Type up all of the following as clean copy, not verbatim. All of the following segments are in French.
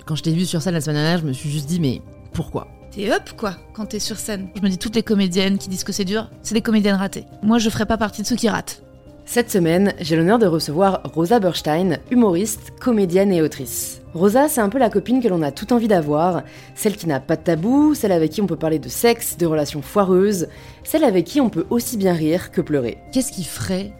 Quand je t'ai vu sur scène la semaine dernière, je me suis juste dit, mais pourquoi ? T'es up, quoi, quand t'es sur scène. Je me dis, toutes les comédiennes qui disent que c'est dur, c'est des comédiennes ratées. Moi, je ferais pas partie de ceux qui ratent. Cette semaine, j'ai l'honneur de recevoir Rosa Berstein, humoriste, comédienne et autrice. Rosa, c'est un peu la copine que l'on a tout envie d'avoir, celle qui n'a pas de tabou, celle avec qui on peut parler de sexe, de relations foireuses, celle avec qui on peut aussi bien rire que pleurer. Qu'est-ce qui ferait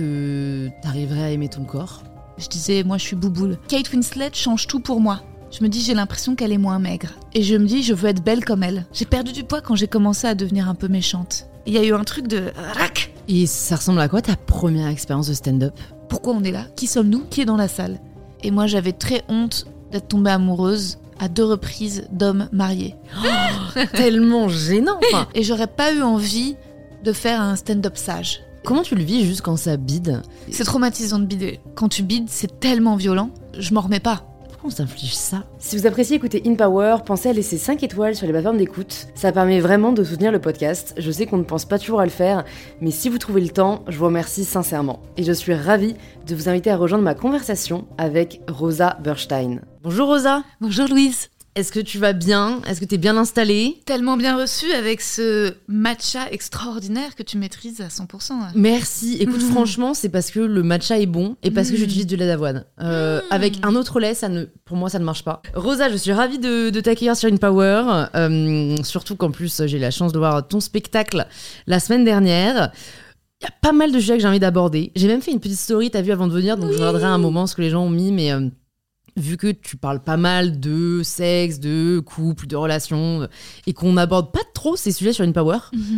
que t'arriverais à aimer ton corps ? Je disais, moi, je suis bouboule. Kate Winslet change tout pour moi. Je me dis, j'ai l'impression qu'elle est moins maigre. Et je me dis, je veux être belle comme elle. J'ai perdu du poids quand j'ai commencé à devenir un peu méchante. Il y a eu un truc de... rac. Et ça ressemble à quoi ta première expérience de stand-up ? Pourquoi on est là ? Qui sommes-nous ? Qui est dans la salle ? Et moi, j'avais très honte d'être tombée amoureuse à 2 reprises d'hommes mariés. Tellement gênant, enfin. Et j'aurais pas eu envie de faire un stand-up sage. Comment tu le vis juste quand ça bide ? C'est traumatisant de bider. Quand tu bides, c'est tellement violent, je m'en remets pas. Pourquoi on s'inflige ça ? Si vous appréciez écouter In Power, pensez à laisser 5 étoiles sur les plateformes d'écoute. Ça permet vraiment de soutenir le podcast. Je sais qu'on ne pense pas toujours à le faire, mais si vous trouvez le temps, je vous remercie sincèrement. Et je suis ravie de vous inviter à rejoindre ma conversation avec Rosa Berstein. Bonjour Rosa. Bonjour Louise. Est-ce que tu vas bien ? Est-ce que t'es bien installée ? Tellement bien reçu avec ce matcha extraordinaire que tu maîtrises à 100%. Merci. Écoute, franchement, c'est parce que le matcha est bon et parce que j'utilise du lait d'avoine. Avec un autre lait, pour moi, ça ne marche pas. Rosa, je suis ravie de t'accueillir sur In Power. Surtout qu'en plus, j'ai eu la chance de voir ton spectacle la semaine dernière. Il y a pas mal de sujets que j'ai envie d'aborder. J'ai même fait une petite story, t'as vu, avant de venir, donc je regarderai un moment ce que les gens ont mis, mais... vu que tu parles pas mal de sexe, de couple, de relations, et qu'on n'aborde pas trop ces sujets sur In Power,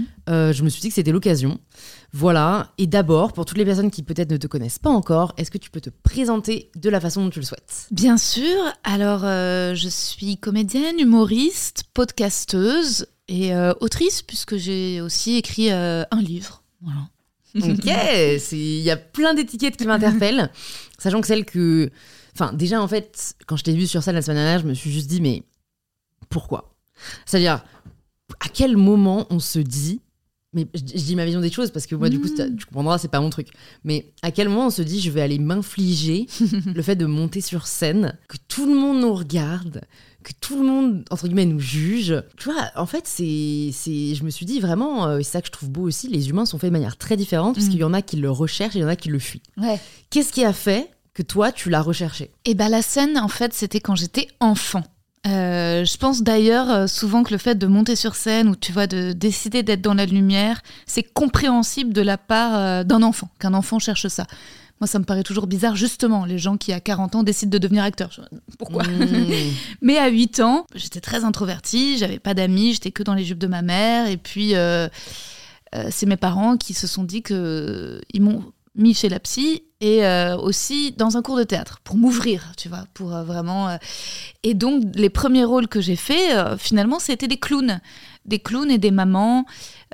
je me suis dit que c'était l'occasion. Voilà. Et d'abord, pour toutes les personnes qui peut-être ne te connaissent pas encore, est-ce que tu peux te présenter de la façon dont tu le souhaites ? Bien sûr. Alors, je suis comédienne, humoriste, podcasteuse et autrice, puisque j'ai aussi écrit un livre. Voilà. Ok, il y a plein d'étiquettes qui m'interpellent, sachant que celle que... Enfin, déjà, en fait, quand je t'ai vu sur scène la semaine dernière, je me suis juste dit, mais pourquoi ? C'est-à-dire, à quel moment on se dit... Mais je dis ma vision des choses, parce que moi, du coup, tu comprendras, c'est pas mon truc. Mais à quel moment on se dit, je vais aller m'infliger le fait de monter sur scène, que tout le monde nous regarde, que tout le monde, entre guillemets, nous juge. Tu vois, en fait, je me suis dit vraiment, c'est ça que je trouve beau aussi, les humains sont faits de manière très différente, parce qu'il y en a qui le recherchent et il y en a qui le fuient. Ouais. Qu'est-ce qui a fait que toi, tu l'as recherché ? Et la scène, en fait, c'était quand j'étais enfant. Je pense d'ailleurs souvent que le fait de monter sur scène ou tu vois de décider d'être dans la lumière, c'est compréhensible de la part d'un enfant, qu'un enfant cherche ça. Moi, ça me paraît toujours bizarre, justement, les gens qui, à 40 ans, décident de devenir acteurs. Pourquoi ? Mais à 8 ans, j'étais très introvertie, j'avais pas d'amis, j'étais que dans les jupes de ma mère. Et puis, c'est mes parents qui se sont dit qu'ils m'ont mis chez la psy et aussi dans un cours de théâtre pour m'ouvrir, tu vois, pour vraiment... Et donc, les premiers rôles que j'ai faits, finalement, c'était des clowns et des mamans.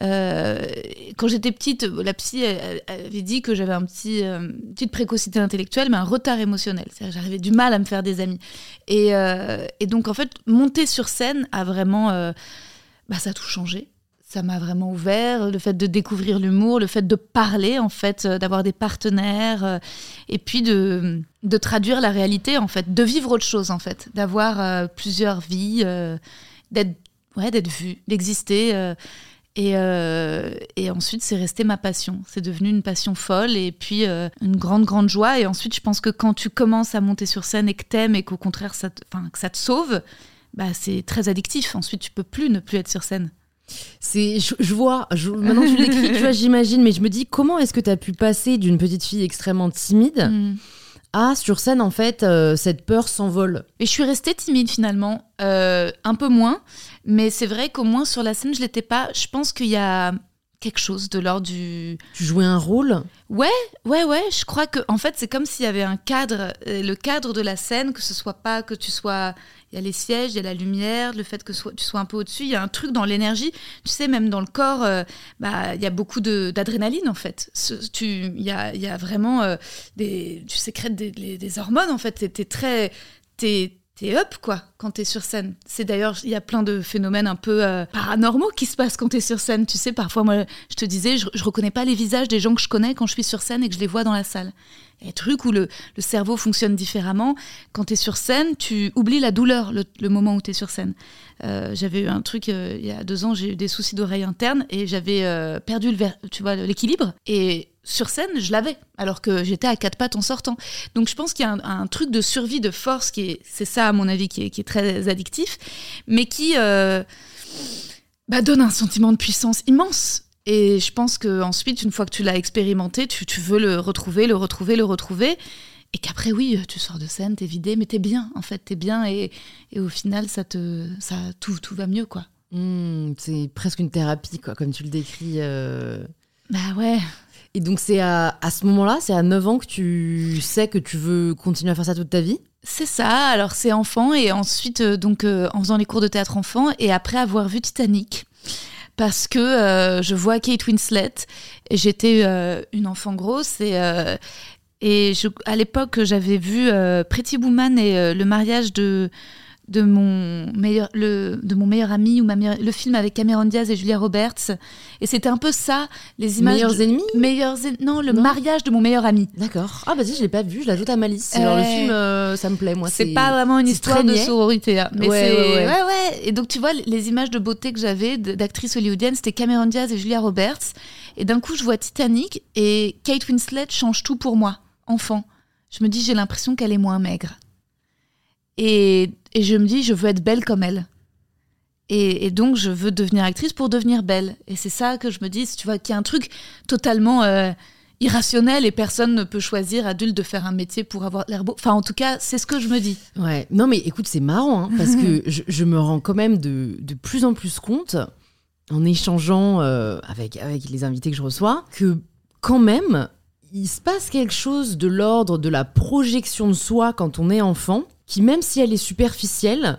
Quand j'étais petite, la psy elle avait dit que j'avais une petite précocité intellectuelle, mais un retard émotionnel. C'est-à-dire que j'avais du mal à me faire des amis. Et donc, en fait, monter sur scène a vraiment... ça a tout changé. Ça m'a vraiment ouvert, le fait de découvrir l'humour, le fait de parler, en fait, d'avoir des partenaires, et puis de traduire la réalité, en fait, de vivre autre chose, en fait, d'avoir plusieurs vies, d'être vue, d'exister. Et ensuite, c'est resté ma passion. C'est devenu une passion folle et puis une grande, grande joie. Et ensuite, je pense que quand tu commences à monter sur scène et que t'aimes et qu'au contraire, que ça te sauve, c'est très addictif. Ensuite, tu peux plus ne plus être sur scène. Je vois, maintenant tu l'écris, tu vois, j'imagine, mais je me dis, comment est-ce que tu as pu passer d'une petite fille extrêmement timide à, sur scène, en fait, cette peur s'envole ? Et je suis restée timide, finalement, un peu moins, mais c'est vrai qu'au moins sur la scène, je l'étais pas. Je pense qu'il y a quelque chose de l'ordre du... Tu jouais un rôle ? Ouais, je crois que, en fait, c'est comme s'il y avait un cadre, le cadre de la scène, que ce soit pas, que tu sois... Il y a les sièges, il y a la lumière, le fait que tu sois un peu au-dessus, il y a un truc dans l'énergie. Tu sais, même dans le corps, il y a beaucoup d'adrénaline, en fait. Il y a vraiment... tu sécrètes des hormones, en fait. T'es up, quoi, quand t'es sur scène. C'est d'ailleurs, il y a plein de phénomènes un peu paranormaux qui se passent quand t'es sur scène. Tu sais, parfois, moi, je te disais, je reconnais pas les visages des gens que je connais quand je suis sur scène et que je les vois dans la salle. Il y a des trucs où le cerveau fonctionne différemment. Quand tu es sur scène, tu oublies la douleur le moment où tu es sur scène. J'avais eu un truc, il y a 2 ans, j'ai eu des soucis d'oreille interne et j'avais perdu l'équilibre. Et sur scène, je l'avais, alors que j'étais à 4 pattes en sortant. Donc je pense qu'il y a un truc de survie, de force, c'est ça à mon avis, qui est très addictif, mais qui donne un sentiment de puissance immense. Et je pense qu'ensuite, une fois que tu l'as expérimenté, tu veux le retrouver, et qu'après, oui, tu sors de scène, t'es vidé, mais t'es bien, en fait, t'es bien, et au final, tout va mieux, quoi. C'est presque une thérapie, quoi, comme tu le décris. Bah ouais. Et donc, c'est à ce moment-là, c'est à 9 ans que tu sais que tu veux continuer à faire ça toute ta vie ? C'est ça, alors c'est enfant, et ensuite, en faisant les cours de théâtre enfant, et après avoir vu Titanic, parce que je vois Kate Winslet, et j'étais une enfant grosse, et à l'époque, j'avais vu Pretty Woman et le mariage de mon meilleur ami, le film avec Cameron Diaz et Julia Roberts. Et c'était un peu ça, les images... Meilleurs ennemis ? Non, mariage de mon meilleur ami. D'accord. Ah, vas-y, je l'ai pas vu, je l'ajoute à ma liste. Genre, le film, ça me plaît, moi. C'est pas vraiment une histoire de sororité. Hein, mais ouais. Et donc, tu vois, les images de beauté que j'avais d'actrices hollywoodiennes, c'était Cameron Diaz et Julia Roberts. Et d'un coup, je vois Titanic et Kate Winslet change tout pour moi, enfant. Je me dis, j'ai l'impression qu'elle est moins maigre. Et je me dis, je veux être belle comme elle. Et donc, je veux devenir actrice pour devenir belle. Et c'est ça que je me dis, tu vois, qu'il y a un truc totalement irrationnel et personne ne peut choisir, adulte, de faire un métier pour avoir l'air beau. Enfin, en tout cas, c'est ce que je me dis. Ouais. Non, mais écoute, c'est marrant, hein, parce que je me rends quand même de plus en plus compte, en échangeant avec les invités que je reçois, que quand même, il se passe quelque chose de l'ordre de la projection de soi quand on est enfant, qui, même si elle est superficielle,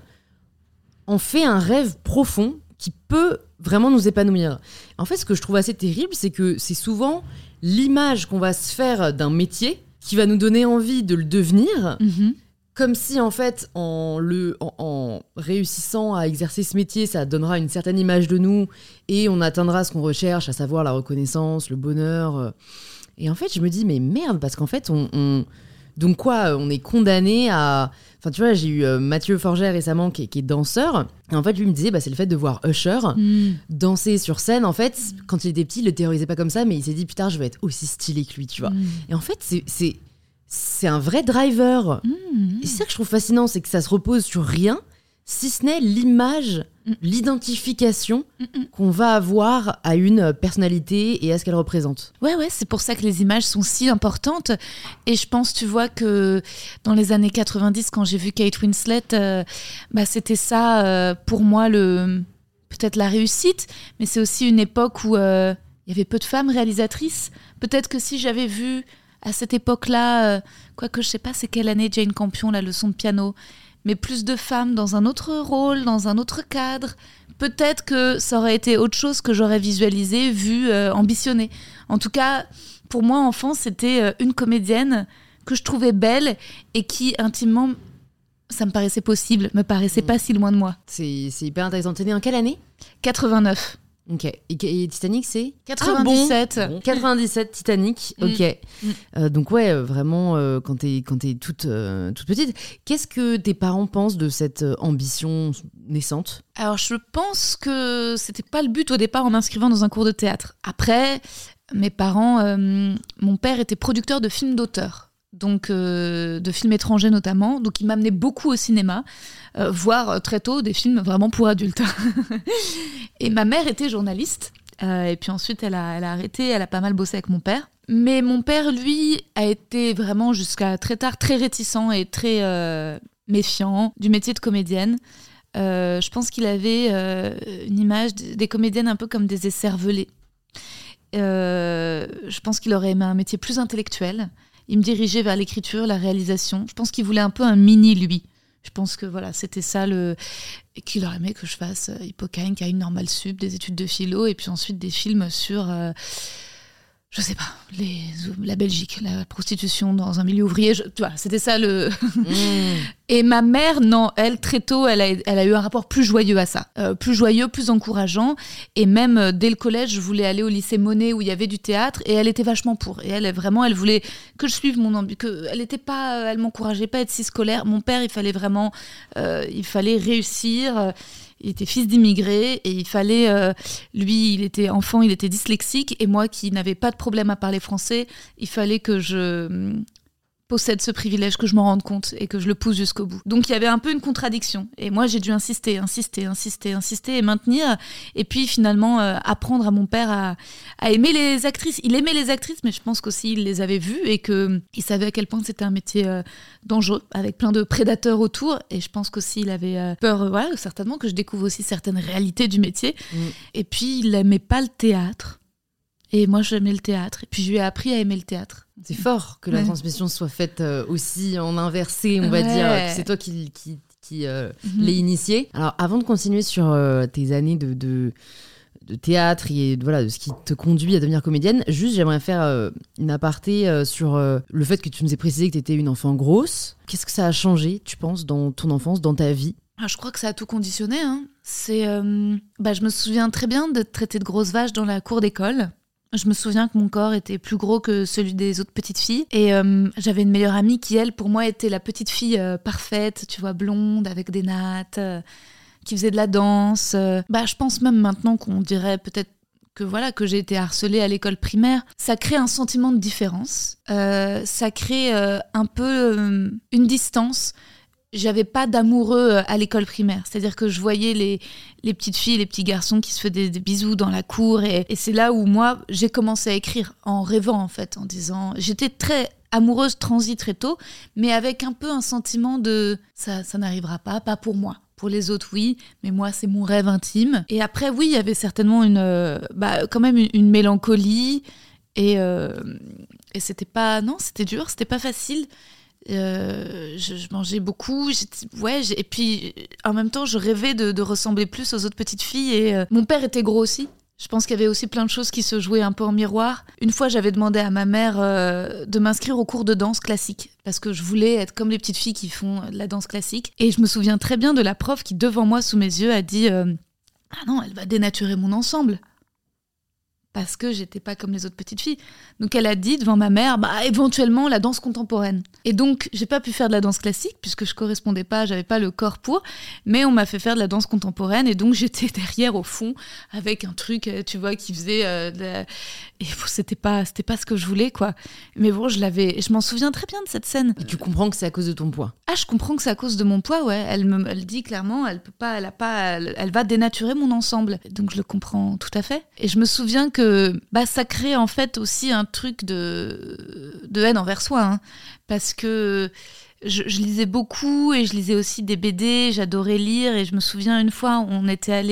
en fait un rêve profond qui peut vraiment nous épanouir. En fait, ce que je trouve assez terrible, c'est que c'est souvent l'image qu'on va se faire d'un métier qui va nous donner envie de le devenir, comme si, en fait, en réussissant à exercer ce métier, ça donnera une certaine image de nous et on atteindra ce qu'on recherche, à savoir la reconnaissance, le bonheur. Et en fait, je me dis, mais merde, parce qu'en fait, donc quoi, on est condamné à... Enfin, tu vois, j'ai eu Mathieu Forget récemment qui est danseur. Et en fait, lui me disait, c'est le fait de voir Usher danser sur scène. En fait, quand il était petit, il le théorisait pas comme ça, mais il s'est dit, putain, je veux être aussi stylé que lui, tu vois. Et en fait, c'est un vrai driver. Et c'est ça que je trouve fascinant, c'est que ça se repose sur rien, si ce n'est l'image, l'identification qu'on va avoir à une personnalité et à ce qu'elle représente. Ouais, c'est pour ça que les images sont si importantes. Et je pense, tu vois, que dans les années 90, quand j'ai vu Kate Winslet, c'était ça, pour moi, peut-être la réussite, mais c'est aussi une époque où il y avait peu de femmes réalisatrices. Peut-être que si j'avais vu à cette époque-là, quoique je sais pas c'est quelle année Jane Campion, la leçon de piano, mais plus de femmes dans un autre rôle, dans un autre cadre, peut-être que ça aurait été autre chose que j'aurais visualisé, vu, ambitionné. En tout cas, pour moi, enfant, c'était une comédienne que je trouvais belle et qui, intimement, ça me paraissait possible, me paraissait pas si loin de moi. C'est hyper intéressant. T'es née en quelle année ? 89. Ok. Et Titanic, c'est 97. Ah bon 97, Titanic. Ok. Donc ouais, vraiment, quand t'es toute petite, qu'est-ce que tes parents pensent de cette ambition naissante ? Alors, je pense que c'était pas le but au départ en m'inscrivant dans un cours de théâtre. Après, mes parents, mon père était producteur de films d'auteur. Donc de films étrangers notamment, donc il m'amenait beaucoup au cinéma, voir très tôt des films vraiment pour adultes. Et ma mère était journaliste, et puis ensuite elle a arrêté, elle a pas mal bossé avec mon père. Mais mon père, lui, a été vraiment jusqu'à très tard très réticent et très méfiant du métier de comédienne. Je pense qu'il avait une image des comédiennes un peu comme des écervelées. Je pense qu'il aurait aimé un métier plus intellectuel. Il me dirigeait vers l'écriture, la réalisation. Je pense qu'il voulait un peu un mini lui. Je pense que voilà, c'était ça et qu'il aurait aimé que je fasse Hippocane, qui a une normale sup, des études de philo, et puis ensuite des films sur je sais pas, la Belgique, la prostitution dans un milieu ouvrier, tu vois, c'était ça le... Et ma mère, non, elle, très tôt, elle a eu un rapport plus joyeux à ça. Plus joyeux, plus encourageant. Et même dès le collège, je voulais aller au lycée Monet où il y avait du théâtre et elle était vachement pour. Et elle voulait que je suive mon ambition. Elle m'encourageait pas à être si scolaire. Mon père, il fallait réussir. Il était fils d'immigrés et il fallait... lui, il était enfant, il était dyslexique. Et moi, qui n'avais pas de problème à parler français, il fallait que je possède ce privilège, que je m'en rende compte et que je le pousse jusqu'au bout. Donc, il y avait un peu une contradiction. Et moi, j'ai dû insister et maintenir. Et puis, finalement, apprendre à mon père à aimer les actrices. Il aimait les actrices, mais je pense qu'aussi, il les avait vues et qu'il savait à quel point c'était un métier dangereux, avec plein de prédateurs autour. Et je pense qu'aussi, il avait peur, certainement, que je découvre aussi certaines réalités du métier. Et puis, il n'aimait pas le théâtre. Et moi, j'aimais le théâtre. Et puis, je lui ai appris à aimer le théâtre. C'est fort que la transmission soit faite aussi en inversé, on va dire. Que c'est toi qui l'ai initié. Alors, avant de continuer sur tes années de théâtre et de ce qui te conduit à devenir comédienne, juste, j'aimerais faire une aparté sur le fait que tu nous aies précisé que tu étais une enfant grosse. Qu'est-ce que ça a changé, tu penses, dans ton enfance, dans ta vie ? Je crois que ça a tout conditionné. Je me souviens très bien d'être traitée de grosse vache dans la cour d'école. Je me souviens que mon corps était plus gros que celui des autres petites filles. Et j'avais une meilleure amie qui, elle, pour moi, était la petite fille parfaite, tu vois, blonde, avec des nattes, qui faisait de la danse. Je pense même maintenant qu'on dirait peut-être que j'ai été harcelée à l'école primaire. Ça crée un sentiment de différence. Ça crée un peu une distance. J'avais pas d'amoureux à l'école primaire. C'est-à-dire que je voyais les petites filles, les petits garçons qui se faisaient des bisous dans la cour. Et c'est là où moi, j'ai commencé à écrire en rêvant, en fait, en disant... J'étais très amoureuse transie très tôt, mais avec un peu un sentiment de... Ça n'arrivera pas pour moi. Pour les autres, oui, mais moi, c'est mon rêve intime. Et après, oui, il y avait certainement quand même une mélancolie. Et c'était pas... Non, c'était dur, c'était pas facile. Je mangeais beaucoup, et puis en même temps je rêvais de ressembler plus aux autres petites filles et mon père était gros aussi. Je pense qu'il y avait aussi plein de choses qui se jouaient un peu en miroir. Une fois j'avais demandé à ma mère de m'inscrire au cours de danse classique parce que je voulais être comme les petites filles qui font de la danse classique et je me souviens très bien de la prof qui devant moi sous mes yeux a dit ah non, elle va dénaturer mon ensemble. Parce que j'étais pas comme les autres petites filles. Donc elle a dit devant ma mère, éventuellement la danse contemporaine. Et donc j'ai pas pu faire de la danse classique puisque je correspondais pas, j'avais pas le corps pour, mais on m'a fait faire de la danse contemporaine et donc j'étais derrière au fond avec un truc, tu vois, qui faisait et c'était pas ce que je voulais quoi. Mais bon, je m'en souviens très bien de cette scène. Et tu comprends que c'est à cause de ton poids. Je comprends que c'est à cause de mon poids, ouais. Elle dit clairement, elle va dénaturer mon ensemble. Donc je le comprends tout à fait. Et je me souviens que ça crée en fait aussi un truc de haine envers soi, hein, parce que je lisais beaucoup et je lisais aussi des BD, j'adorais lire et je me souviens une fois on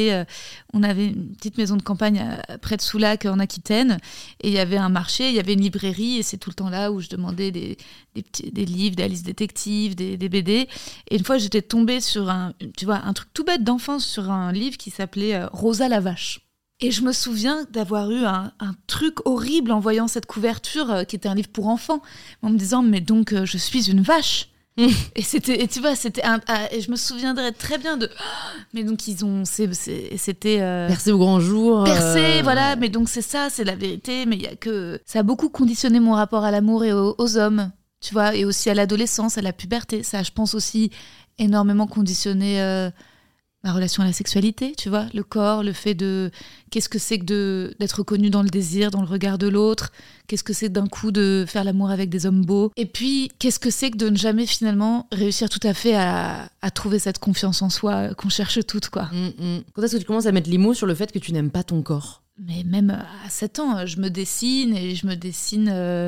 avait une petite maison de campagne près de Soulac en Aquitaine et il y avait un marché, il y avait une librairie et c'est tout le temps là où je demandais des livres, des Alice détectives, des BD et une fois j'étais tombée sur un truc tout bête d'enfance sur un livre qui s'appelait Rosa la vache. Et je me souviens d'avoir eu un truc horrible en voyant cette couverture qui était un livre pour enfants, en me disant mais donc je suis une vache. Et c'était et je me souviendrai très bien de mais donc c'était percé au grand jour. Percé, voilà, mais donc c'est ça, c'est la vérité, mais il y a que ça a beaucoup conditionné mon rapport à l'amour et aux hommes, tu vois, et aussi à l'adolescence, à la puberté, ça je pense aussi énormément conditionné ma relation à la sexualité, tu vois, le corps, le fait de... Qu'est-ce que c'est que d'être reconnu dans le désir, dans le regard de l'autre ? Qu'est-ce que c'est d'un coup de faire l'amour avec des hommes beaux ? Et puis, qu'est-ce que c'est que de ne jamais finalement réussir tout à fait à trouver cette confiance en soi qu'on cherche toutes, quoi. Quand est-ce que tu commences à mettre les mots sur le fait que tu n'aimes pas ton corps ? Mais même à 7 ans, je me dessine et je me dessine...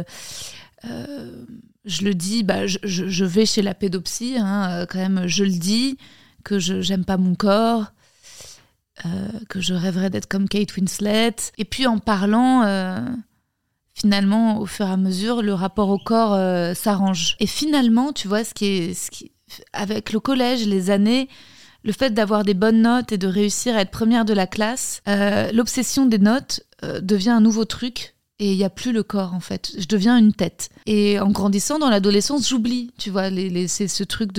je le dis, je vais chez la pédopsie, hein, quand même, je le dis... que j'aime pas mon corps, que je rêverais d'être comme Kate Winslet. Et puis en parlant, finalement, au fur et à mesure, le rapport au corps s'arrange. Et finalement, tu vois, avec le collège, les années, le fait d'avoir des bonnes notes et de réussir à être première de la classe, l'obsession des notes devient un nouveau truc. et il n'y a plus le corps, en fait. Je deviens une tête. Et en grandissant dans l'adolescence, j'oublie, tu vois, c'est ce truc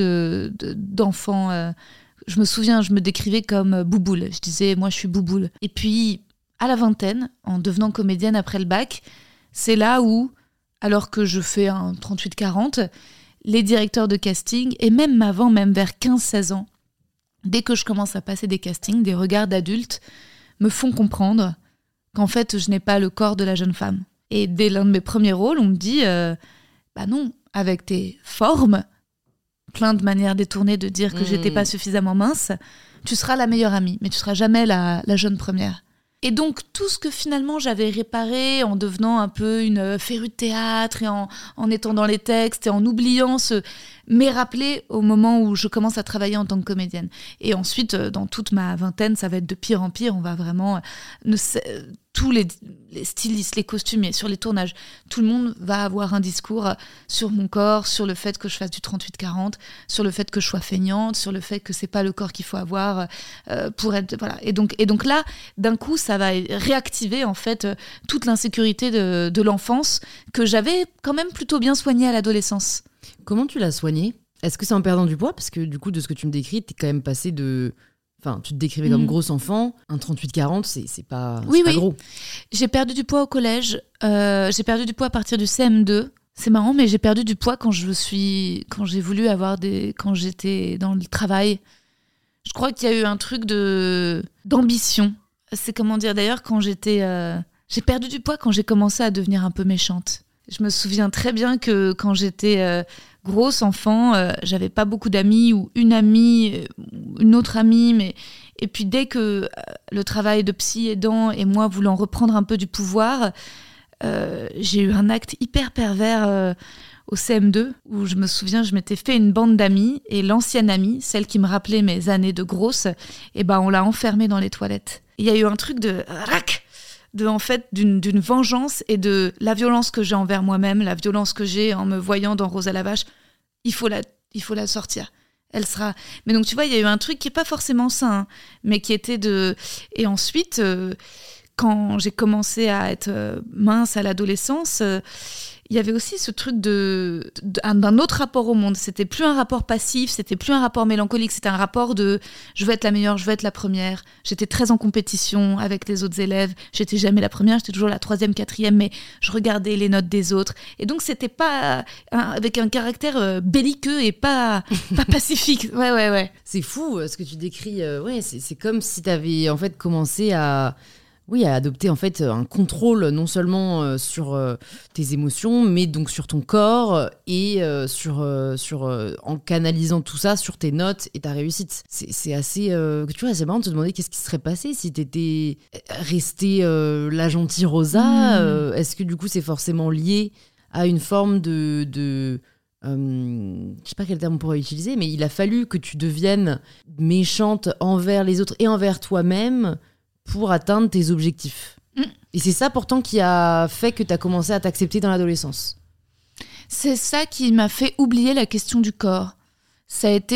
d'enfant. Je me souviens, je me décrivais comme bouboule. Je disais, moi, je suis bouboule. Et puis, à la vingtaine, en devenant comédienne après le bac, c'est là où, alors que je fais un 38-40, les directeurs de casting, et même avant, même vers 15-16 ans, dès que je commence à passer des castings, des regards d'adultes, me font comprendre qu'en fait, je n'ai pas le corps de la jeune femme. Et dès l'un de mes premiers rôles, on me dit, bah non, avec tes formes, plein de manières détournées de dire que j'étais pas suffisamment mince, tu seras la meilleure amie, mais tu seras jamais la jeune première. Et donc, tout ce que finalement j'avais réparé en devenant un peu une férue de théâtre et en étant dans les textes et en oubliant m'est rappelé au moment où je commence à travailler en tant que comédienne. Et ensuite, dans toute ma vingtaine, ça va être de pire en pire. On va vraiment... tous les stylistes, les costumiers, sur les tournages, tout le monde va avoir un discours sur mon corps, sur le fait que je fasse du 38-40, sur le fait que je sois feignante, sur le fait que c'est pas le corps qu'il faut avoir pour être... Voilà. Et donc là, d'un coup, ça va réactiver en fait toute l'insécurité de l'enfance que j'avais quand même plutôt bien soignée à l'adolescence. Comment tu l'as soignée ? Est-ce que c'est en perdant du poids ? Parce que du coup, de ce que tu me décris, t'es quand même passée de... Enfin, tu te décrivais comme grosse enfant. Un 38-40, c'est pas gros. J'ai perdu du poids au collège. J'ai perdu du poids à partir du CM2. C'est marrant, mais j'ai perdu du poids quand j'ai voulu avoir quand j'étais dans le travail. Je crois qu'il y a eu un truc d'ambition. C'est comment dire, d'ailleurs, quand j'ai perdu du poids quand j'ai commencé à devenir un peu méchante. Je me souviens très bien que quand j'étais grosse enfant, j'avais pas beaucoup d'amis ou une amie, une autre amie, et puis dès que le travail de psy aidant et moi voulant reprendre un peu du pouvoir, j'ai eu un acte hyper pervers au CM2 où je me souviens, je m'étais fait une bande d'amis et l'ancienne amie, celle qui me rappelait mes années de grosse, on l'a enfermée dans les toilettes. Il y a eu un truc d'une vengeance et de la violence que j'ai envers moi-même, la violence que j'ai en me voyant dans Rose à la vache. Il faut la sortir. Elle sera... Mais donc, tu vois, il y a eu un truc qui n'est pas forcément sain, hein, mais qui était de... Et ensuite, quand j'ai commencé à être mince à l'adolescence, il y avait aussi ce truc d'un autre rapport au monde. C'était plus un rapport passif, c'était plus un rapport mélancolique, c'était un rapport de je veux être la meilleure, je veux être la première. J'étais très en compétition avec les autres élèves. J'étais jamais la première, j'étais toujours la 3e, 4e, mais je regardais les notes des autres. Et donc, c'était pas avec un caractère belliqueux et pas pacifique. Ouais. C'est fou ce que tu décris. C'est comme si tu avais en fait commencé à adopter en fait un contrôle non seulement sur tes émotions, mais donc sur ton corps et en canalisant tout ça sur tes notes et ta réussite. C'est assez, tu vois, c'est marrant de te demander qu'est-ce qui serait passé si t'étais restée la gentille Rosa. Est-ce que du coup c'est forcément lié à une forme de je sais pas quel terme on pourrait utiliser, mais il a fallu que tu deviennes méchante envers les autres et envers toi-même pour atteindre tes objectifs. Et c'est ça pourtant qui a fait que tu as commencé à t'accepter dans l'adolescence. C'est ça qui m'a fait oublier la question du corps. Ça a été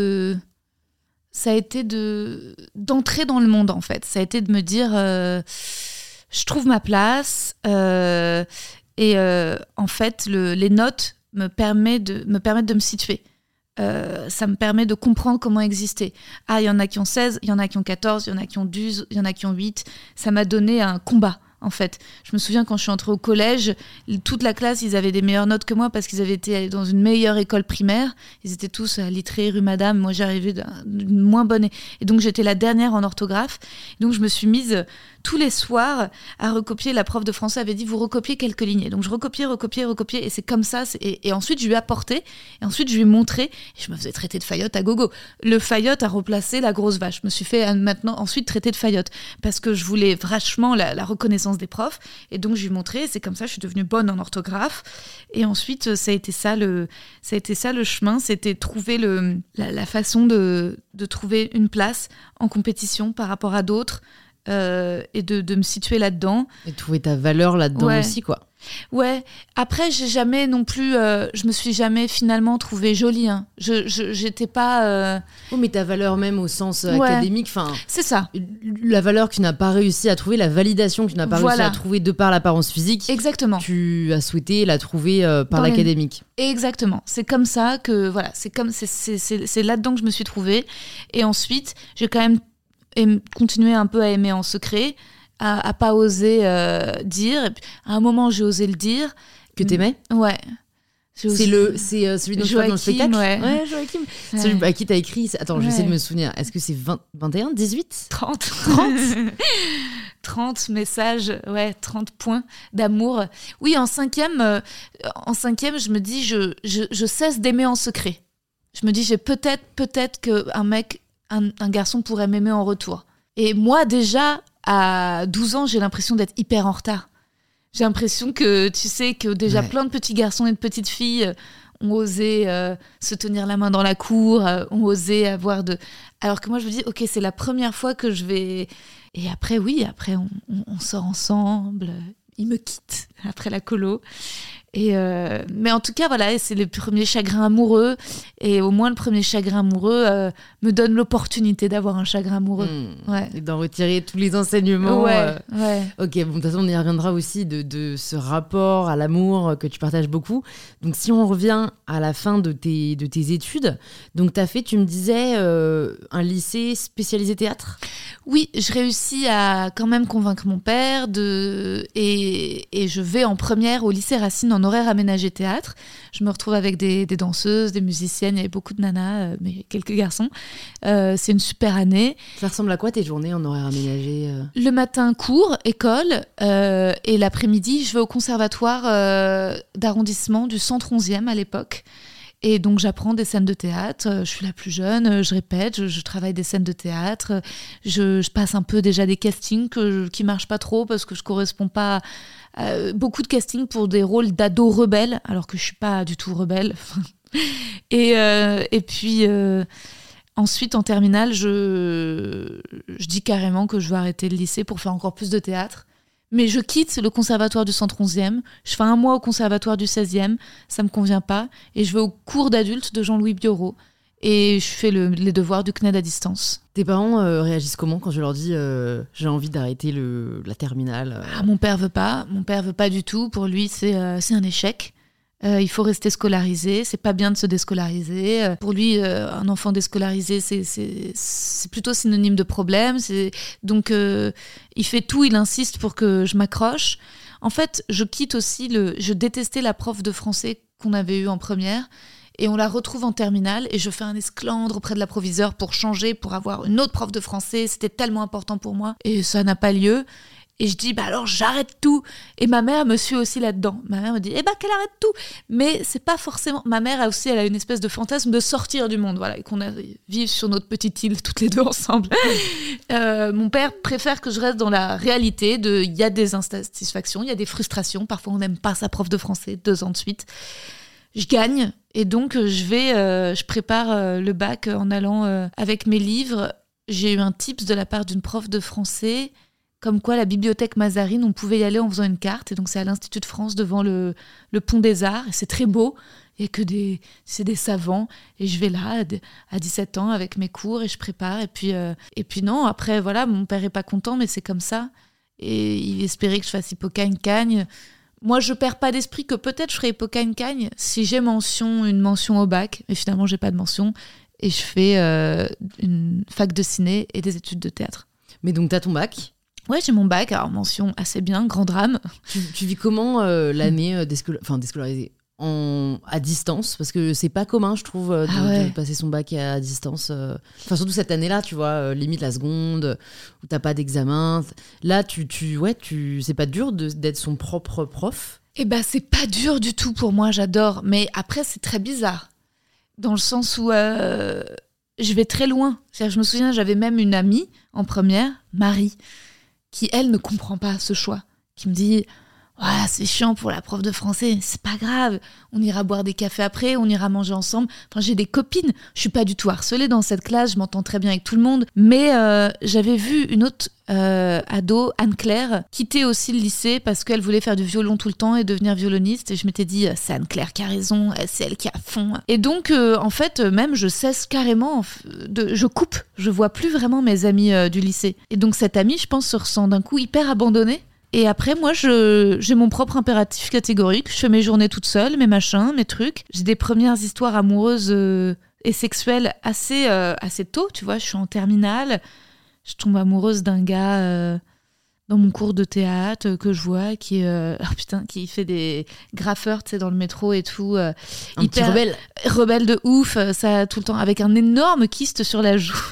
d'entrer dans le monde, en fait. Ça a été de me dire je trouve ma place en fait les notes me permettent de me situer. Ça me permet de comprendre comment exister. Ah, il y en a qui ont 16, il y en a qui ont 14, il y en a qui ont 12, il y en a qui ont 8. Ça m'a donné un combat, en fait. Je me souviens quand je suis entrée au collège, toute la classe, ils avaient des meilleures notes que moi parce qu'ils avaient été dans une meilleure école primaire. Ils étaient tous à Littré, rue Madame. Moi, j'arrivais d'une moins bonne... Et donc, j'étais la dernière en orthographe. Donc, je me suis mise tous les soirs à recopier. La prof de français avait dit, vous recopiez quelques lignes. Donc, je recopiais. Et c'est comme ça. Et ensuite, je lui ai apporté. Et ensuite, je lui ai montré. Et je me faisais traiter de faillotte à gogo. Le faillotte a replacé la grosse vache. Je me suis fait ensuite traiter de faillotte. Parce que je voulais vachement la reconnaissance des profs. Et donc, je lui ai montré. C'est comme ça, je suis devenue bonne en orthographe. Et ensuite, ça a été ça le chemin. C'était trouver la façon de trouver une place en compétition par rapport à d'autres. Et de me situer là-dedans. Et trouver ta valeur là-dedans aussi, quoi. Ouais. Après, j'ai jamais non plus. Je me suis jamais finalement trouvée jolie. Hein. J'étais pas. Oh, mais ta valeur même au sens Ouais. académique, enfin, C'est ça. la valeur que tu n'as pas réussi à trouver, la validation que tu n'as pas réussi Voilà. à trouver de par l'apparence physique, Exactement. tu as souhaité la trouver par Dans les- l'académique. Exactement. C'est comme ça que voilà. C'est là-dedans que je me suis trouvée. Et ensuite, j'ai quand même continué un peu à aimer en secret, à pas oser dire. Et puis, à un moment, j'ai osé le dire. Que t'aimais? Ouais. C'est celui dont tu parles dans le Joachim, spectacle? ouais. Joachim. Ouais. Celui à qui t'as écrit. Attends, j'essaie Ouais. de me souvenir. Est-ce que c'est 21, 18? 30. 30 messages, 30 points d'amour. Oui, en cinquième, je me dis, je cesse d'aimer en secret. Je me dis, j'ai peut-être qu'un mec, un garçon pourrait m'aimer en retour. Et moi, déjà, à 12 ans, j'ai l'impression d'être hyper en retard. J'ai l'impression que, tu sais, que déjà Ouais. plein de petits garçons et de petites filles ont osé se tenir la main dans la cour, ont osé avoir de... Alors que moi, je me dis, ok, c'est la première fois que je vais... Et après, on sort ensemble. Il me quitte après la colo. Mais en tout cas, voilà, c'est le premier chagrin amoureux. Et au moins, le premier chagrin amoureux me donne l'opportunité d'avoir un chagrin amoureux. Ouais. Et d'en retirer tous les enseignements. Ouais. Ok, bon, de toute façon, on y reviendra aussi de ce rapport à l'amour que tu partages beaucoup. Donc, si on revient à la fin de tes études, donc tu as fait, tu me disais, un lycée spécialisé théâtre? Oui, je réussis à quand même convaincre mon père et je vais en première au lycée Racine en horaire aménagé théâtre. Je me retrouve avec des danseuses, des musiciennes, il y avait beaucoup de nanas, mais quelques garçons. C'est une super année. Ça ressemble à quoi tes journées en horaire aménagé? Le matin, cours, école, et l'après-midi, je vais au conservatoire d'arrondissement du centre 11e à l'époque. Et donc, j'apprends des scènes de théâtre. Je suis la plus jeune, je répète, je travaille des scènes de théâtre. Je passe un peu déjà des castings qui marchent pas trop parce que je corresponds pas à beaucoup de castings pour des rôles d'ados rebelles, alors que je suis pas du tout rebelle. Et puis, ensuite, en terminale, je dis carrément que je veux arrêter le lycée pour faire encore plus de théâtre. Mais je quitte le conservatoire du centre 11e, je fais un mois au conservatoire du 16e, ça me convient pas, et je vais au cours d'adultes de Jean-Louis Biorot, et je fais les devoirs du CNED à distance. Tes parents réagissent comment quand je leur dis j'ai envie d'arrêter la terminale? Ah, mon père veut pas du tout, pour lui c'est un échec. Il faut rester scolarisé, c'est pas bien de se déscolariser. Pour lui, un enfant déscolarisé, c'est plutôt synonyme de problème. Donc, il fait tout, il insiste pour que je m'accroche. En fait, je quitte aussi je détestais la prof de français qu'on avait eue en première. Et on la retrouve en terminale et je fais un esclandre auprès de la proviseure pour changer, pour avoir une autre prof de français. C'était tellement important pour moi. Et ça n'a pas lieu. Et je dis, alors j'arrête tout. Et ma mère me suit aussi là-dedans. Ma mère me dit, qu'elle arrête tout. Mais c'est pas forcément... Ma mère elle a une espèce de fantasme de sortir du monde, voilà, et qu'on vive sur notre petite île toutes les deux ensemble. Mon père préfère que je reste dans la réalité il y a des insatisfactions, il y a des frustrations. Parfois, on n'aime pas sa prof de français 2 ans de suite. Je gagne. Et donc, je prépare le bac en allant avec mes livres. J'ai eu un tips de la part d'une prof de français... Comme quoi, la bibliothèque Mazarine, on pouvait y aller en faisant une carte. Et donc, c'est à l'Institut de France, devant le Pont des Arts. Et c'est très beau. Il y a que des savants. Et je vais là, à 17 ans, avec mes cours, et je prépare. Et puis non, après, voilà, mon père n'est pas content, mais c'est comme ça. Et il espérait que je fasse Hippocagne-Cagne. Moi, je perds pas d'esprit que peut-être je ferai Hippocagne-Cagne si j'ai une mention au bac. Mais finalement, j'ai pas de mention. Et je fais une fac de ciné et des études de théâtre. Mais donc, t'as ton bac? Ouais, j'ai mon bac, alors mention assez bien, grand drame. Tu vis comment l'année déscolarisée à distance? Parce que c'est pas commun, je trouve, de passer son bac à distance. Enfin, surtout cette année-là, tu vois, limite la seconde, où t'as pas d'examen. Là, c'est pas dur d'être son propre prof? C'est pas dur du tout pour moi, j'adore. Mais après, c'est très bizarre. Dans le sens où je vais très loin. C'est-à-dire, je me souviens, j'avais même une amie en première, Marie, qui, elle, ne comprend pas ce choix. Qui me dit « Ah, c'est chiant pour la prof de français, c'est pas grave, on ira boire des cafés après, on ira manger ensemble. Enfin, j'ai des copines, je suis pas du tout harcelée dans cette classe, je m'entends très bien avec tout le monde. Mais j'avais vu une autre ado, Anne-Claire, quitter aussi le lycée parce qu'elle voulait faire du violon tout le temps et devenir violoniste. Et je m'étais dit, c'est Anne-Claire qui a raison, c'est elle qui a fond. Et donc, en fait, même je cesse carrément, je coupe, je vois plus vraiment mes amis du lycée. Et donc cette amie, je pense, se ressent d'un coup hyper abandonnée. Et après, moi, j'ai mon propre impératif catégorique. Je fais mes journées toute seule, mes machins, mes trucs. J'ai des premières histoires amoureuses et sexuelles assez tôt, tu vois. Je suis en terminale. Je tombe amoureuse d'un gars dans mon cours de théâtre que je vois qui fait des graffeurs, tu sais, dans le métro et tout. Hyper rebelle de ouf, ça tout le temps, avec un énorme kyste sur la joue.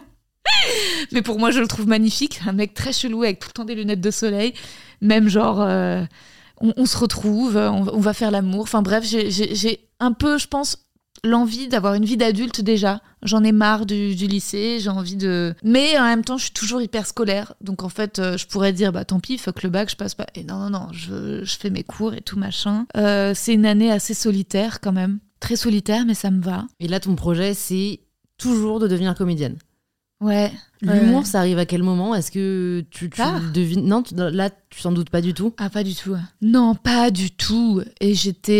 Mais pour moi, je le trouve magnifique. Un mec très chelou avec tout le temps des lunettes de soleil. Même genre, on se retrouve, on va faire l'amour. Enfin bref, j'ai un peu, je pense, l'envie d'avoir une vie d'adulte déjà. J'en ai marre du lycée, j'ai envie de... Mais en même temps, je suis toujours hyper scolaire. Donc en fait, je pourrais dire, bah tant pis, fuck le bac, je passe pas. Et non, je fais mes cours et tout machin. C'est une année assez solitaire quand même. Très solitaire, mais ça me va. Et là, ton projet, c'est toujours de devenir comédienne. Ouais. L'humour, ça arrive à quel moment ? Est-ce que tu devines... Non, là, tu t'en doutes pas du tout ? Ah, pas du tout. Non, pas du tout. Et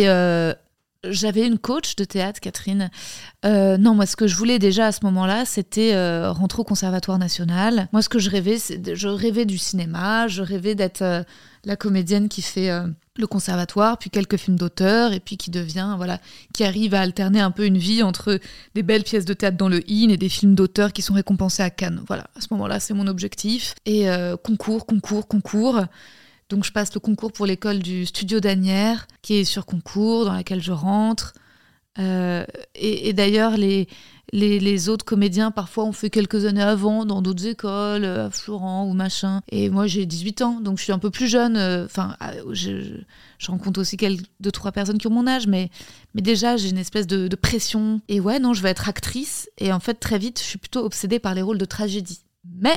j'avais une coach de théâtre, Catherine. Non, moi, ce que je voulais déjà à ce moment-là, c'était rentrer au Conservatoire national. Moi, ce que je rêvais du cinéma, je rêvais d'être la comédienne qui fait le conservatoire, puis quelques films d'auteur, et puis qui arrive à alterner un peu une vie entre des belles pièces de théâtre dans le IN et des films d'auteur qui sont récompensés à Cannes. Voilà, à ce moment-là, c'est mon objectif. Et concours. Donc je passe le concours pour l'école du Studio d'Asnières, qui est sur concours, dans laquelle je rentre. Et d'ailleurs, les autres comédiens, parfois, ont fait quelques années avant, dans d'autres écoles, à Florent ou machin. Et moi, j'ai 18 ans, donc je suis un peu plus jeune. Je rencontre aussi 2-3 personnes qui ont mon âge, mais déjà, j'ai une espèce de pression. Et ouais, non, je veux être actrice. Et en fait, très vite, je suis plutôt obsédée par les rôles de tragédie. Mais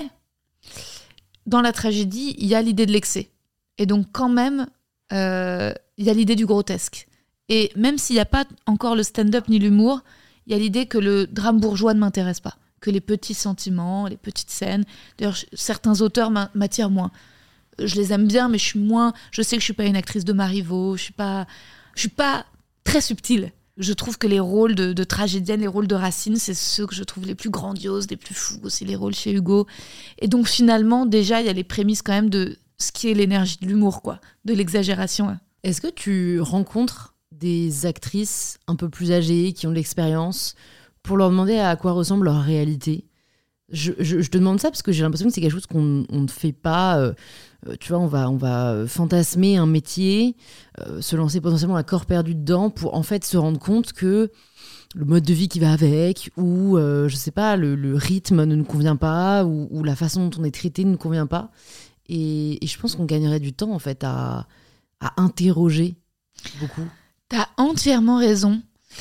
dans la tragédie, il y a l'idée de l'excès. Et donc, quand même, il y a l'idée du grotesque. Et même s'il n'y a pas encore le stand-up ni l'humour, il y a l'idée que le drame bourgeois ne m'intéresse pas. Que les petits sentiments, les petites scènes... D'ailleurs, certains auteurs m'attirent moins. Je les aime bien, mais je sais que je ne suis pas une actrice de Marivaux. Je suis pas très subtile. Je trouve que les rôles de tragédienne, les rôles de Racine, c'est ceux que je trouve les plus grandioses, les plus fous. Aussi les rôles chez Hugo. Et donc, finalement, déjà, il y a les prémices quand même de... ce qui est l'énergie de l'humour, quoi, de l'exagération. Est-ce que tu rencontres des actrices un peu plus âgées qui ont de l'expérience pour leur demander à quoi ressemble leur réalité ? Je te demande ça parce que j'ai l'impression que c'est quelque chose qu'on ne fait pas. Tu vois, on va fantasmer un métier, se lancer potentiellement à corps perdu dedans pour en fait se rendre compte que le mode de vie qui va avec, ou je sais pas, le rythme ne nous convient pas, ou la façon dont on est traité ne nous convient pas. Et je pense qu'on gagnerait du temps en fait à interroger beaucoup. T'as entièrement raison.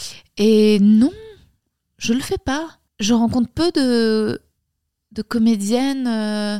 Et non, je le fais pas. Je rencontre peu de comédiennes.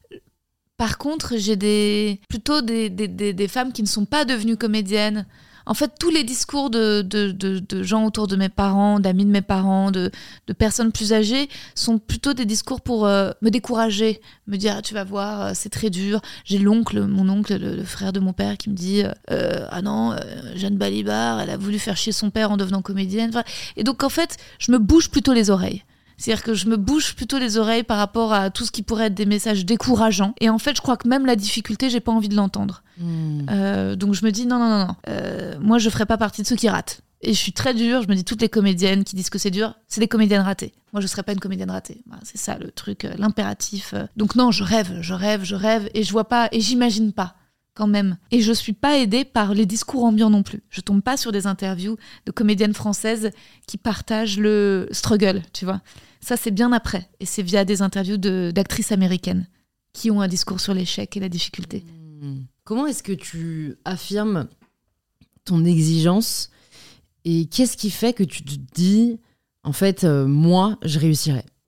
Par contre, j'ai plutôt des femmes qui ne sont pas devenues comédiennes. En fait, tous les discours de gens autour de mes parents, d'amis de mes parents, de personnes plus âgées, sont plutôt des discours pour me décourager, me dire ah, « tu vas voir, c'est très dur ». J'ai mon oncle, le frère de mon père, qui me dit « ah non, Jeanne Balibar, elle a voulu faire chier son père en devenant comédienne ». Et donc, en fait, je me bouge plutôt les oreilles. C'est-à-dire que je me bouge plutôt les oreilles par rapport à tout ce qui pourrait être des messages décourageants. Et en fait, je crois que même la difficulté, j'ai pas envie de l'entendre. Donc je me dis non. Moi, je ferai pas partie de ceux qui ratent. Et je suis très dure. Je me dis toutes les comédiennes qui disent que c'est dur, c'est des comédiennes ratées. Moi, je serais pas une comédienne ratée. Voilà, c'est ça le truc, l'impératif. Donc non, je rêve. Et je vois pas, et j'imagine pas. Quand même. Et je suis pas aidée par les discours ambiants non plus. Je tombe pas sur des interviews de comédiennes françaises qui partagent le struggle, tu vois. Ça, c'est bien après. Et c'est via des interviews d'actrices américaines qui ont un discours sur l'échec et la difficulté. Comment est-ce que tu affirmes ton exigence et qu'est-ce qui fait que tu te dis, en fait, moi, je réussirai ?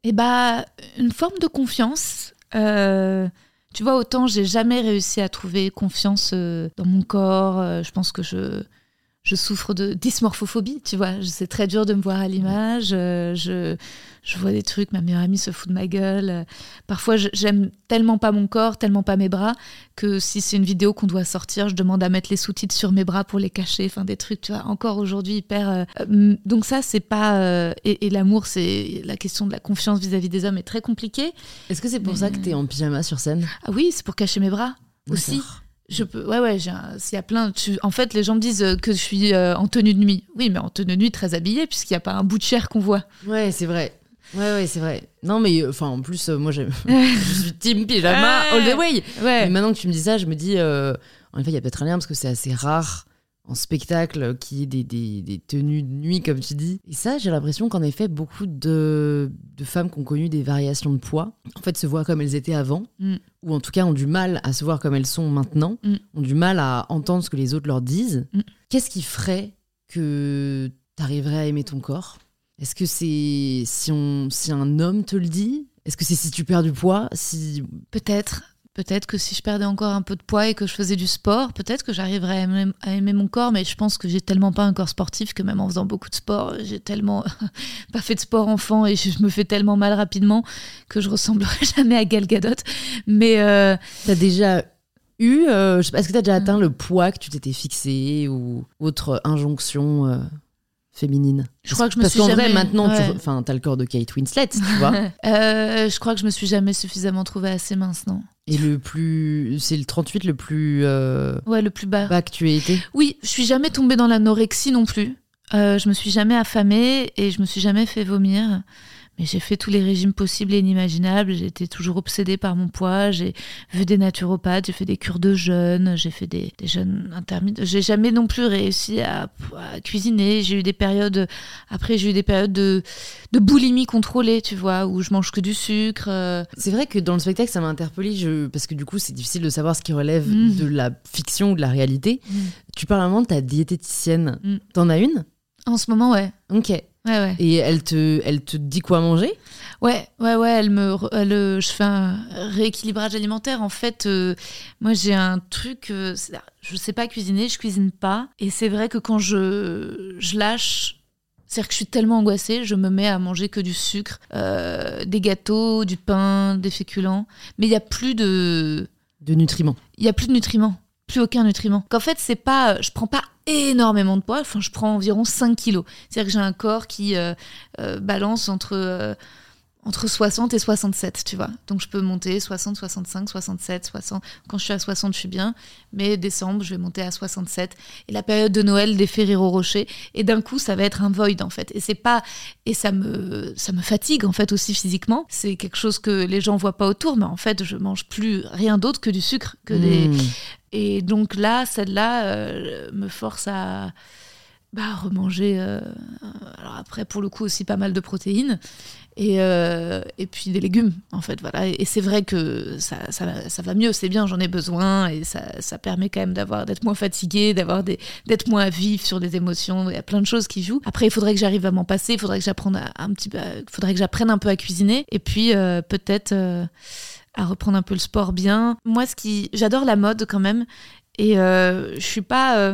Eh bah, une forme de confiance. Tu vois, autant j'ai jamais réussi à trouver confiance dans mon corps. Je pense que je souffre de dysmorphophobie, tu vois. C'est très dur de me voir à l'image. Je vois des trucs, ma meilleure amie se fout de ma gueule. Parfois, j'aime tellement pas mon corps, tellement pas mes bras, que si c'est une vidéo qu'on doit sortir, je demande à mettre les sous-titres sur mes bras pour les cacher. Enfin, des trucs, tu vois, encore aujourd'hui hyper... Donc ça, c'est pas... Et l'amour, c'est... La question de la confiance vis-à-vis des hommes est très compliquée. Est-ce que c'est pour ça que t'es en pyjama sur scène ? Ah oui, c'est pour cacher mes bras aussi. D'accord. Je peux, s'il y a plein. En fait, les gens me disent que je suis en tenue de nuit. Oui, mais en tenue de nuit très habillée, puisqu'il n'y a pas un bout de chair qu'on voit. Ouais, c'est vrai. Ouais, c'est vrai. Non, mais en plus, moi, je suis team pyjama all the way. Ouais. Mais maintenant que tu me dis ça, je me dis, en effet, il y a peut-être un lien parce que c'est assez rare en spectacle qu'il y ait des tenues de nuit, comme tu dis. Et ça, j'ai l'impression qu'en effet, beaucoup de femmes qui ont connu des variations de poids, en fait, se voient comme elles étaient avant, ou en tout cas ont du mal à se voir comme elles sont maintenant, ont du mal à entendre ce que les autres leur disent. Qu'est-ce qui ferait que t'arriverais à aimer ton corps ? Est-ce que c'est si un homme te le dit ? Est-ce que c'est si tu perds du poids ? Peut-être que si je perdais encore un peu de poids et que je faisais du sport, peut-être que j'arriverais à aimer mon corps, mais je pense que j'ai tellement pas un corps sportif que même en faisant beaucoup de sport, j'ai tellement pas fait de sport enfant et je me fais tellement mal rapidement que je ressemblerai jamais à Gal Gadot. Mais t'as déjà eu, est-ce que t'as déjà atteint le poids que tu t'étais fixé ou autre injonction féminine? Je crois que je me Parce suis qu'en jamais... vrai, maintenant, ouais. t'as le corps de Kate Winslet, tu vois. Je crois que je me suis jamais suffisamment trouvée assez mince, non. Et c'est le 38 le plus ouais, le plus bas que tu aies été. Oui, je suis jamais tombée dans l'anorexie non plus. Je me suis jamais affamée et je me suis jamais fait vomir. Mais j'ai fait tous les régimes possibles et inimaginables. J'ai été toujours obsédée par mon poids. J'ai vu des naturopathes, j'ai fait des cures de jeûne, j'ai fait des jeûnes intermittents. J'ai jamais non plus réussi à cuisiner. J'ai eu des périodes de boulimie contrôlée, tu vois, où je mange que du sucre. C'est vrai que dans le spectacle, ça m'a interpellée, parce que du coup, c'est difficile de savoir ce qui relève de la fiction ou de la réalité. Tu parles à un moment de ta diététicienne. T'en as une ? En ce moment, ouais. Ok. Ouais. Et elle te dit quoi manger ? Ouais. Je fais un rééquilibrage alimentaire. En fait, moi, j'ai un truc. Je sais pas cuisiner, je cuisine pas. Et c'est vrai que quand je lâche, c'est-à-dire que je suis tellement angoissée, je me mets à manger que du sucre, des gâteaux, du pain, des féculents. Mais il y a plus de nutriments. Il y a plus de nutriments. Plus aucun nutriment. Qu'en fait, c'est pas, je prends pas énormément de poids, enfin, je prends environ 5 kilos. C'est-à-dire que j'ai un corps qui balance entre 60 et 67, tu vois. Donc, je peux monter 60, 65, 67, 60. Quand je suis à 60, je suis bien. Mais décembre, je vais monter à 67. Et la période de Noël, des Ferrero Rocher. Et d'un coup, ça va être un void, en fait. Et ça me fatigue, en fait, aussi physiquement. C'est quelque chose que les gens voient pas autour. Mais en fait, je mange plus rien d'autre que du sucre, que des... Et donc là, celle-là me force à remanger. Alors après, pour le coup, aussi pas mal de protéines. Et puis des légumes, en fait, voilà. Et c'est vrai que ça va mieux, c'est bien, j'en ai besoin. Et ça permet quand même d'être moins fatiguée, d'être moins vive sur les émotions. Il y a plein de choses qui jouent. Après, il faudrait que j'arrive à m'en passer. Il faudrait que j'apprenne un peu à cuisiner. Et puis, peut-être... à reprendre un peu le sport bien. Moi, j'adore la mode quand même, et je suis pas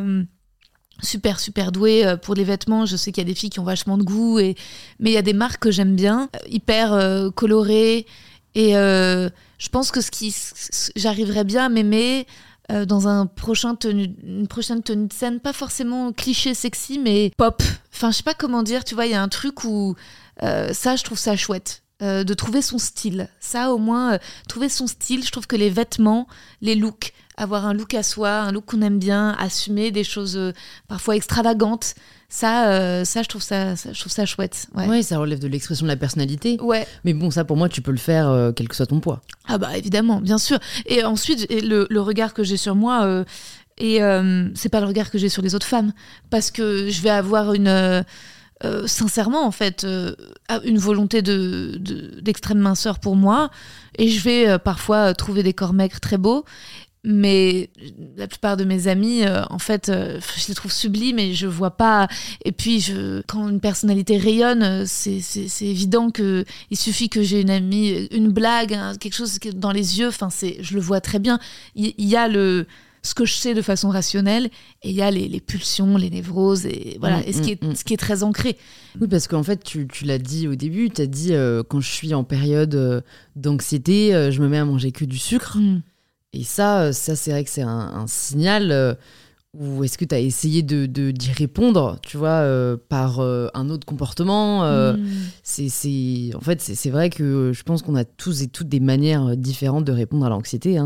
super douée pour les vêtements. Je sais qu'il y a des filles qui ont vachement de goût, mais il y a des marques que j'aime bien, hyper colorées, et je pense que j'arriverais bien à m'aimer dans une prochaine tenue de scène, pas forcément cliché sexy, mais pop. Enfin, je sais pas comment dire, tu vois, il y a un truc où ça, je trouve ça chouette. De trouver son style. Ça, au moins, trouver son style, je trouve que les vêtements, les looks, avoir un look à soi, un look qu'on aime bien, assumer des choses parfois extravagantes, ça, je trouve ça chouette. Ouais, ça relève de l'expression de la personnalité. Ouais. Mais bon, ça, pour moi, tu peux le faire quel que soit ton poids. Ah bah, évidemment, bien sûr. Et ensuite, le regard que j'ai sur moi... c'est pas le regard que j'ai sur les autres femmes, parce que je vais avoir sincèrement, en fait, une volonté d'extrême minceur pour moi, et je vais parfois trouver des corps maigres très beaux, Mais la plupart de mes amis, en fait, je les trouve sublimes et je vois pas. Et puis, quand une personnalité rayonne, c'est évident qu'il suffit que j'ai une amie, une blague, quelque chose dans les yeux. Enfin, je le vois très bien. Il y a ce que je sais de façon rationnelle et il y a les pulsions, les névroses et voilà. Et ce qui est très ancré. Oui, parce qu'en fait, tu l'as dit au début. Tu as dit quand je suis en période d'anxiété, je me mets à manger que du sucre. Et ça, c'est vrai que c'est un signal où est-ce que tu as essayé d'y répondre, tu vois, par un autre comportement. En fait, c'est vrai que je pense qu'on a tous et toutes des manières différentes de répondre à l'anxiété.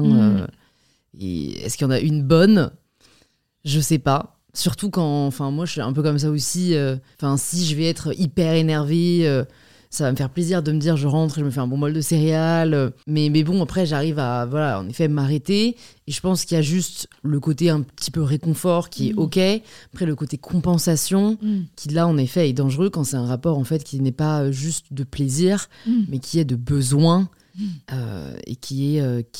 Et est-ce qu'il y en a une bonne ? Je sais pas. Surtout quand, enfin, moi, je suis un peu comme ça aussi. Si je vais être hyper énervée... ça va me faire plaisir de me dire je rentre et je me fais un bon bol de céréales. Mais bon, après, j'arrive à, voilà, en effet, m'arrêter. Et je pense qu'il y a juste le côté un petit peu réconfort qui est OK. Après, le côté compensation qui, là, en effet, est dangereux quand c'est un rapport, en fait, qui n'est pas juste de plaisir, mais qui est de besoin et qui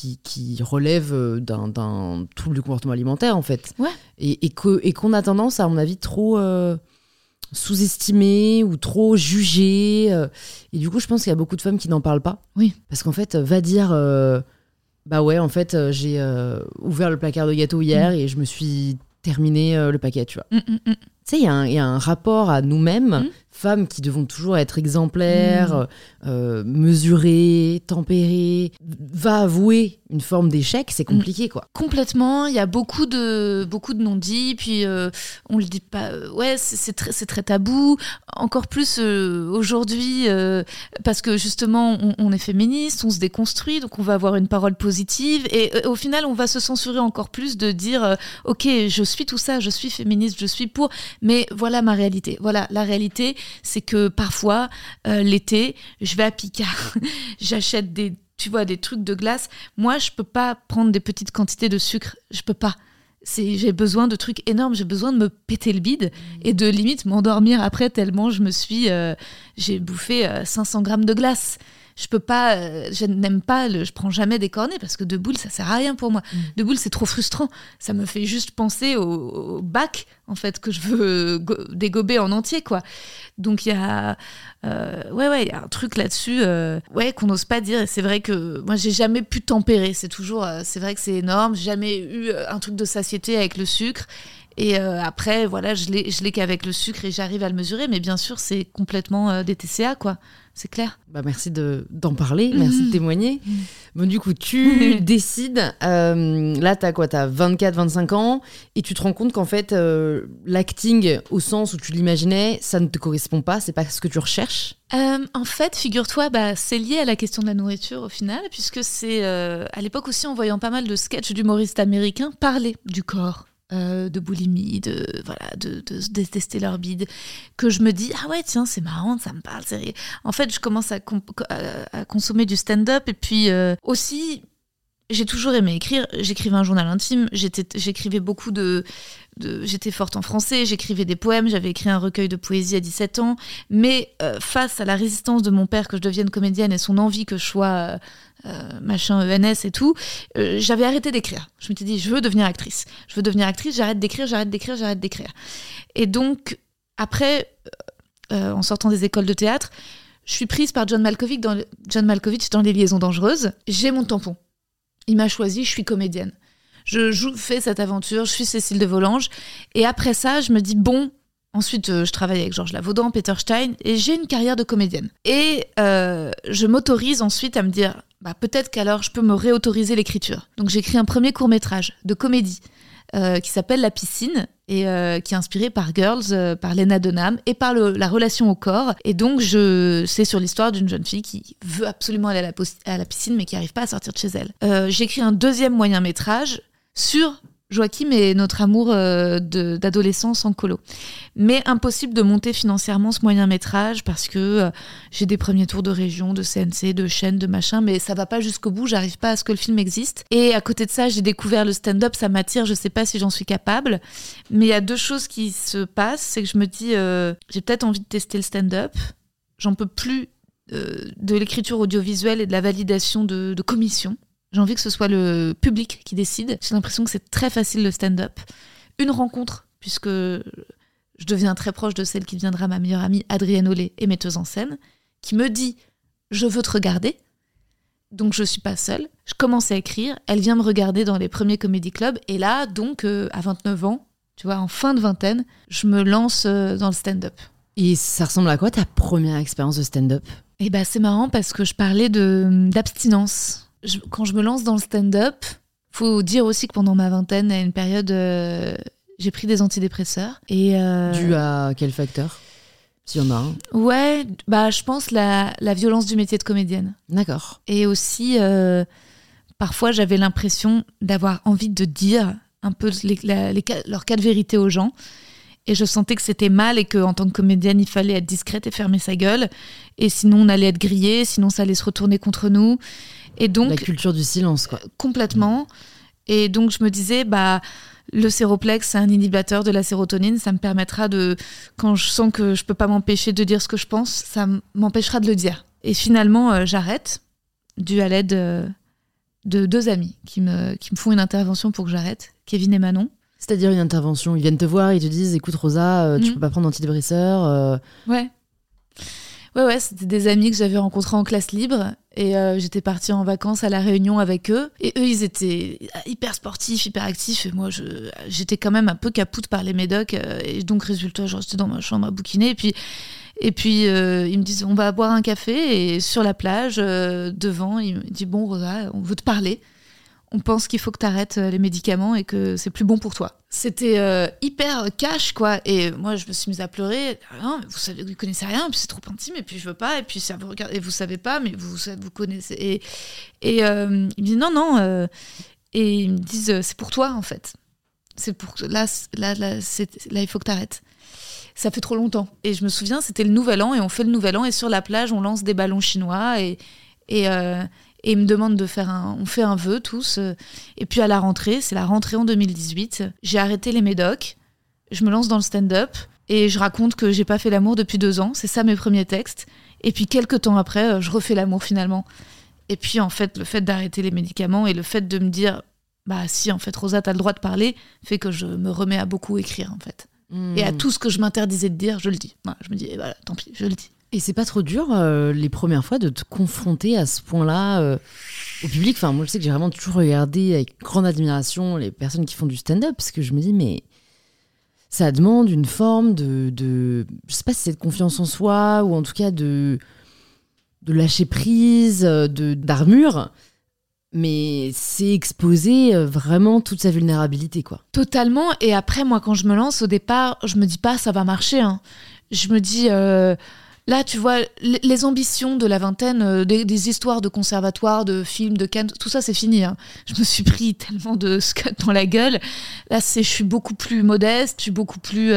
relève d'un trouble du comportement alimentaire, en fait. Ouais. Et qu'on a tendance, à mon avis, trop... sous-estimé ou trop jugé. Et du coup, je pense qu'il y a beaucoup de femmes qui n'en parlent pas. Oui. Parce qu'en fait, va dire bah ouais, en fait, j'ai ouvert le placard de gâteaux hier et je me suis terminé le paquet, tu vois. Tu sais, il y a un rapport à nous-mêmes, femmes qui devons toujours être exemplaires, mesurées, tempérées. Va avouer une forme d'échec, c'est compliqué, quoi. Complètement, il y a beaucoup de non-dits, puis on le dit pas. Ouais, c'est très tabou. Encore plus aujourd'hui, parce que justement, on est féministe, on se déconstruit, donc on va avoir une parole positive, et au final, on va se censurer encore plus de dire ok, je suis tout ça, je suis féministe, je suis pour, mais voilà ma réalité. Voilà, la réalité, c'est que parfois, l'été, je vais à Picard, j'achète des trucs de glace. Moi, je peux pas prendre des petites quantités de sucre. Je peux pas. J'ai besoin de trucs énormes. J'ai besoin de me péter le bide et de limite m'endormir après tellement j'ai bouffé 500 grammes de glace. Je peux pas, je n'aime pas, je prends jamais des cornets parce que de boules, ça sert à rien pour moi. De boules, c'est trop frustrant. Ça me fait juste penser au bac, en fait, que je veux dégober en entier, quoi. Donc, il y a, il y a un truc là-dessus, qu'on n'ose pas dire. Et c'est vrai que moi, j'ai jamais pu tempérer. C'est vrai que c'est énorme. J'ai jamais eu un truc de satiété avec le sucre. Et après, voilà, je l'ai qu'avec le sucre et j'arrive à le mesurer. Mais bien sûr, c'est complètement des TCA, quoi. C'est clair. Bah merci d'en parler, merci de témoigner. Bon, du coup, tu décides, là, t'as 24-25 ans, et tu te rends compte qu'en fait, l'acting, au sens où tu l'imaginais, ça ne te correspond pas, c'est pas ce que tu recherches. En fait, figure-toi, c'est lié à la question de la nourriture au final, puisque c'est à l'époque aussi, en voyant pas mal de sketchs d'humoristes américains parler du corps. De boulimie, de détester leur bide, que je me dis, ah ouais, tiens, c'est marrant, ça me parle. En fait, je commence à consommer du stand-up, et puis aussi, j'ai toujours aimé écrire. J'écrivais un journal intime, j'écrivais beaucoup j'étais forte en français, j'écrivais des poèmes, j'avais écrit un recueil de poésie à 17 ans, mais face à la résistance de mon père que je devienne comédienne et son envie que je sois machin ENS et tout, j'avais arrêté d'écrire. Je m'étais dit, je veux devenir actrice, j'arrête d'écrire. Et donc, après, en sortant des écoles de théâtre, je suis prise par John Malkovich dans Les Liaisons dangereuses. J'ai mon tampon. Il m'a choisie, je suis comédienne. Je fais cette aventure, je suis Cécile de Volanges. Et après ça, je me dis, bon, ensuite, je travaille avec Georges Lavaudan, Peter Stein, et j'ai une carrière de comédienne. Et je m'autorise ensuite à me dire, peut-être qu'alors je peux me réautoriser l'écriture. Donc j'écris un premier court-métrage de comédie qui s'appelle La Piscine, et qui est inspiré par Girls, par Lena Dunham, et par la relation au corps. Et donc, c'est sur l'histoire d'une jeune fille qui veut absolument aller à la piscine, mais qui n'arrive pas à sortir de chez elle. J'écris un deuxième moyen-métrage sur Joachim et notre amour d'adolescence en colo. Mais impossible de monter financièrement ce moyen-métrage parce que j'ai des premiers tours de région, de CNC, de chaîne, de machin, mais ça va pas jusqu'au bout, j'arrive pas à ce que le film existe. Et à côté de ça, j'ai découvert le stand-up, ça m'attire, je sais pas si j'en suis capable. Mais il y a deux choses qui se passent, c'est que je me dis, j'ai peut-être envie de tester le stand-up, j'en peux plus de l'écriture audiovisuelle et de la validation de commissions. J'ai envie que ce soit le public qui décide. J'ai l'impression que c'est très facile le stand-up. Une rencontre, puisque je deviens très proche de celle qui deviendra ma meilleure amie, Adrienne Ollet, et metteuse en scène, qui me dit « je veux te regarder ». Donc je suis pas seule. Je commence à écrire. Elle vient me regarder dans les premiers comédie clubs. Et là, donc, à 29 ans, tu vois, en fin de vingtaine, je me lance dans le stand-up. Et ça ressemble à quoi ta première expérience de stand-up ? Et bah c'est marrant parce que je parlais d'abstinence. Quand je me lance dans le stand-up, faut dire aussi que pendant ma vingtaine, à une période, j'ai pris des antidépresseurs. Et, dû à quel facteur ? S'il y en a un. Ouais, bah je pense la violence du métier de comédienne. D'accord. Et aussi, parfois j'avais l'impression d'avoir envie de dire un peu leur cas de vérité aux gens. Et je sentais que c'était mal et qu'en tant que comédienne, il fallait être discrète et fermer sa gueule. Et sinon, on allait être grillé, sinon ça allait se retourner contre nous. Et donc, la culture du silence, quoi. Complètement. Et donc, je me disais, bah, le séroplex, c'est un inhibiteur de la sérotonine. Ça me permettra de, quand je sens que je peux pas m'empêcher de dire ce que je pense, ça m'empêchera de le dire. Et finalement, j'arrête, dû à l'aide de 2 amis qui me font une intervention pour que j'arrête, Kevin et Manon. C'est-à-dire une intervention, ils viennent te voir, ils te disent « Écoute Rosa, tu peux pas prendre d'antidépresseurs. » Ouais, c'était des amis que j'avais rencontrés en classe libre et j'étais partie en vacances à La Réunion avec eux. Et eux, ils étaient hyper sportifs, hyper actifs et moi, j'étais quand même un peu capoute par les médocs. Et donc, résultat, je restais dans ma chambre à bouquiner. Et puis ils me disent « On va boire un café » et sur la plage, devant, il me dit « Bon Rosa, on veut te parler. On pense qu'il faut que tu arrêtes les médicaments et que c'est plus bon pour toi. » C'était hyper cash, quoi. Et moi, je me suis mise à pleurer. « Non, mais vous connaissez rien, puis c'est trop intime, et puis je veux pas, et puis ça vous regarde, et vous savez pas, mais vous connaissez. » Et il me dit « Non. Et ils me disent « C'est pour toi, en fait. C'est pour là, il faut que tu arrêtes. » Ça fait trop longtemps. Et je me souviens, c'était le Nouvel An, et on fait le Nouvel An, et sur la plage, on lance des ballons chinois, et ils me demandent de faire on fait un vœu tous. Et puis à la rentrée, c'est la rentrée en 2018, j'ai arrêté les médocs, je me lance dans le stand-up et je raconte que j'ai pas fait l'amour depuis 2 ans. C'est ça mes premiers textes. Et puis quelques temps après, je refais l'amour finalement. Et puis en fait, le fait d'arrêter les médicaments et le fait de me dire bah si en fait Rosa t'as le droit de parler, fait que je me remets à beaucoup écrire en fait. Et à tout ce que je m'interdisais de dire, je le dis. Voilà, je me dis et voilà, tant pis, je le dis. Et c'est pas trop dur les premières fois de te confronter à ce point-là au public. Enfin, moi, je sais que j'ai vraiment toujours regardé avec grande admiration les personnes qui font du stand-up parce que je me dis, mais ça demande une forme de je sais pas si c'est de confiance en soi ou en tout cas de lâcher prise, d'armure. Mais c'est exposer vraiment toute sa vulnérabilité, quoi. Totalement. Et après, moi, quand je me lance, au départ, je me dis pas ça va marcher. Hein. Je me dis... Là, tu vois, les ambitions de la vingtaine, des histoires de conservatoire, de films, de Cannes, tout ça, c'est fini. Hein. Je me suis pris tellement de scuds dans la gueule. Là, je suis beaucoup plus modeste, je suis beaucoup plus...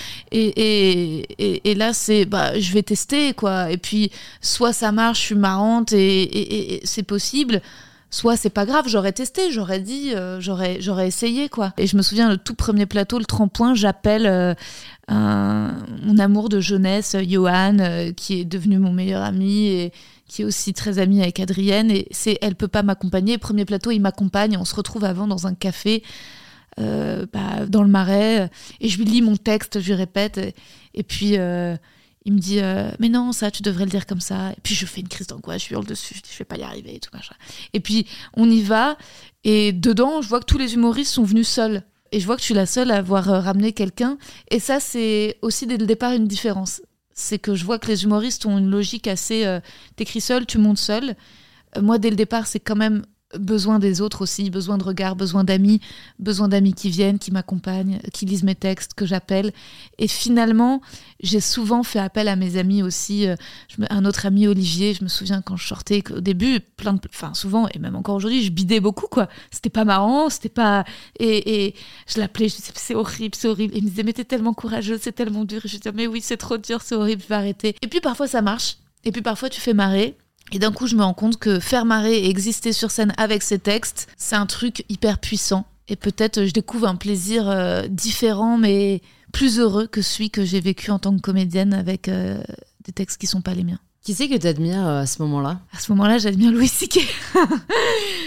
et là, c'est... Bah, je vais tester, quoi. Et puis, soit ça marche, je suis marrante et c'est possible... Soit c'est pas grave, j'aurais testé, j'aurais dit, j'aurais essayé, quoi. Et je me souviens, le tout premier plateau, le tremplin, j'appelle mon amour de jeunesse, Johan, qui est devenu mon meilleur ami et qui est aussi très ami avec Adrienne. Et elle peut pas m'accompagner. Premier plateau, il m'accompagne. On se retrouve avant dans un café, dans le Marais. Et je lui lis mon texte, je lui répète. Et puis... il me dit mais non, ça tu devrais le dire comme ça. Et puis je fais une crise d'angoisse, je hurle dessus, je dis je vais pas y arriver et tout machin. Et puis on y va et dedans je vois que tous les humoristes sont venus seuls et je vois que je suis la seule à avoir ramené quelqu'un. Et ça c'est aussi dès le départ une différence. C'est que je vois que les humoristes ont une logique assez t'écris seul, tu montes seul. Moi dès le départ c'est quand même besoin des autres aussi, besoin de regards, besoin d'amis qui viennent, qui m'accompagnent, qui lisent mes textes, que j'appelle. Et finalement, j'ai souvent fait appel à mes amis aussi. Un autre ami, Olivier, je me souviens quand je sortais, au début, souvent, et même encore aujourd'hui, je bidais beaucoup, quoi. C'était pas marrant, c'était pas... Et je l'appelais, je disais, c'est horrible. Et il me disait, mais t'es tellement courageuse, c'est tellement dur. Et je disais, mais oui, c'est trop dur, c'est horrible, je vais arrêter. Et puis parfois, ça marche. Et puis parfois, tu fais marrer. Et d'un coup, je me rends compte que faire marrer et exister sur scène avec ces textes, c'est un truc hyper puissant. Et peut-être je découvre un plaisir différent, mais plus heureux que celui que j'ai vécu en tant que comédienne avec des textes qui sont pas les miens. Qui c'est que tu admires à ce moment-là ? À ce moment-là, j'admire Louis C.K.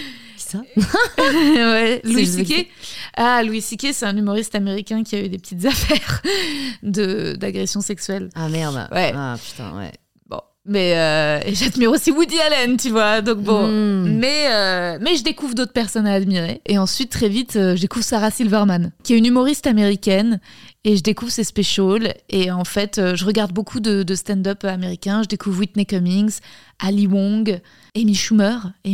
ça? Ouais, Louis C'est- C.K. Ah, Louis C.K., c'est un humoriste américain qui a eu des petites affaires d'agression sexuelle. Ah merde. Ouais. Ah putain, ouais. Bon, mais et j'admire aussi Woody Allen, tu vois. Donc bon, mais je découvre d'autres personnes à admirer. Et ensuite, très vite, je découvre Sarah Silverman, qui est une humoriste américaine. Et je découvre ses specials. Et en fait, je regarde beaucoup de stand-up américains. Je découvre Whitney Cummings, Ali Wong, Amy Schumer.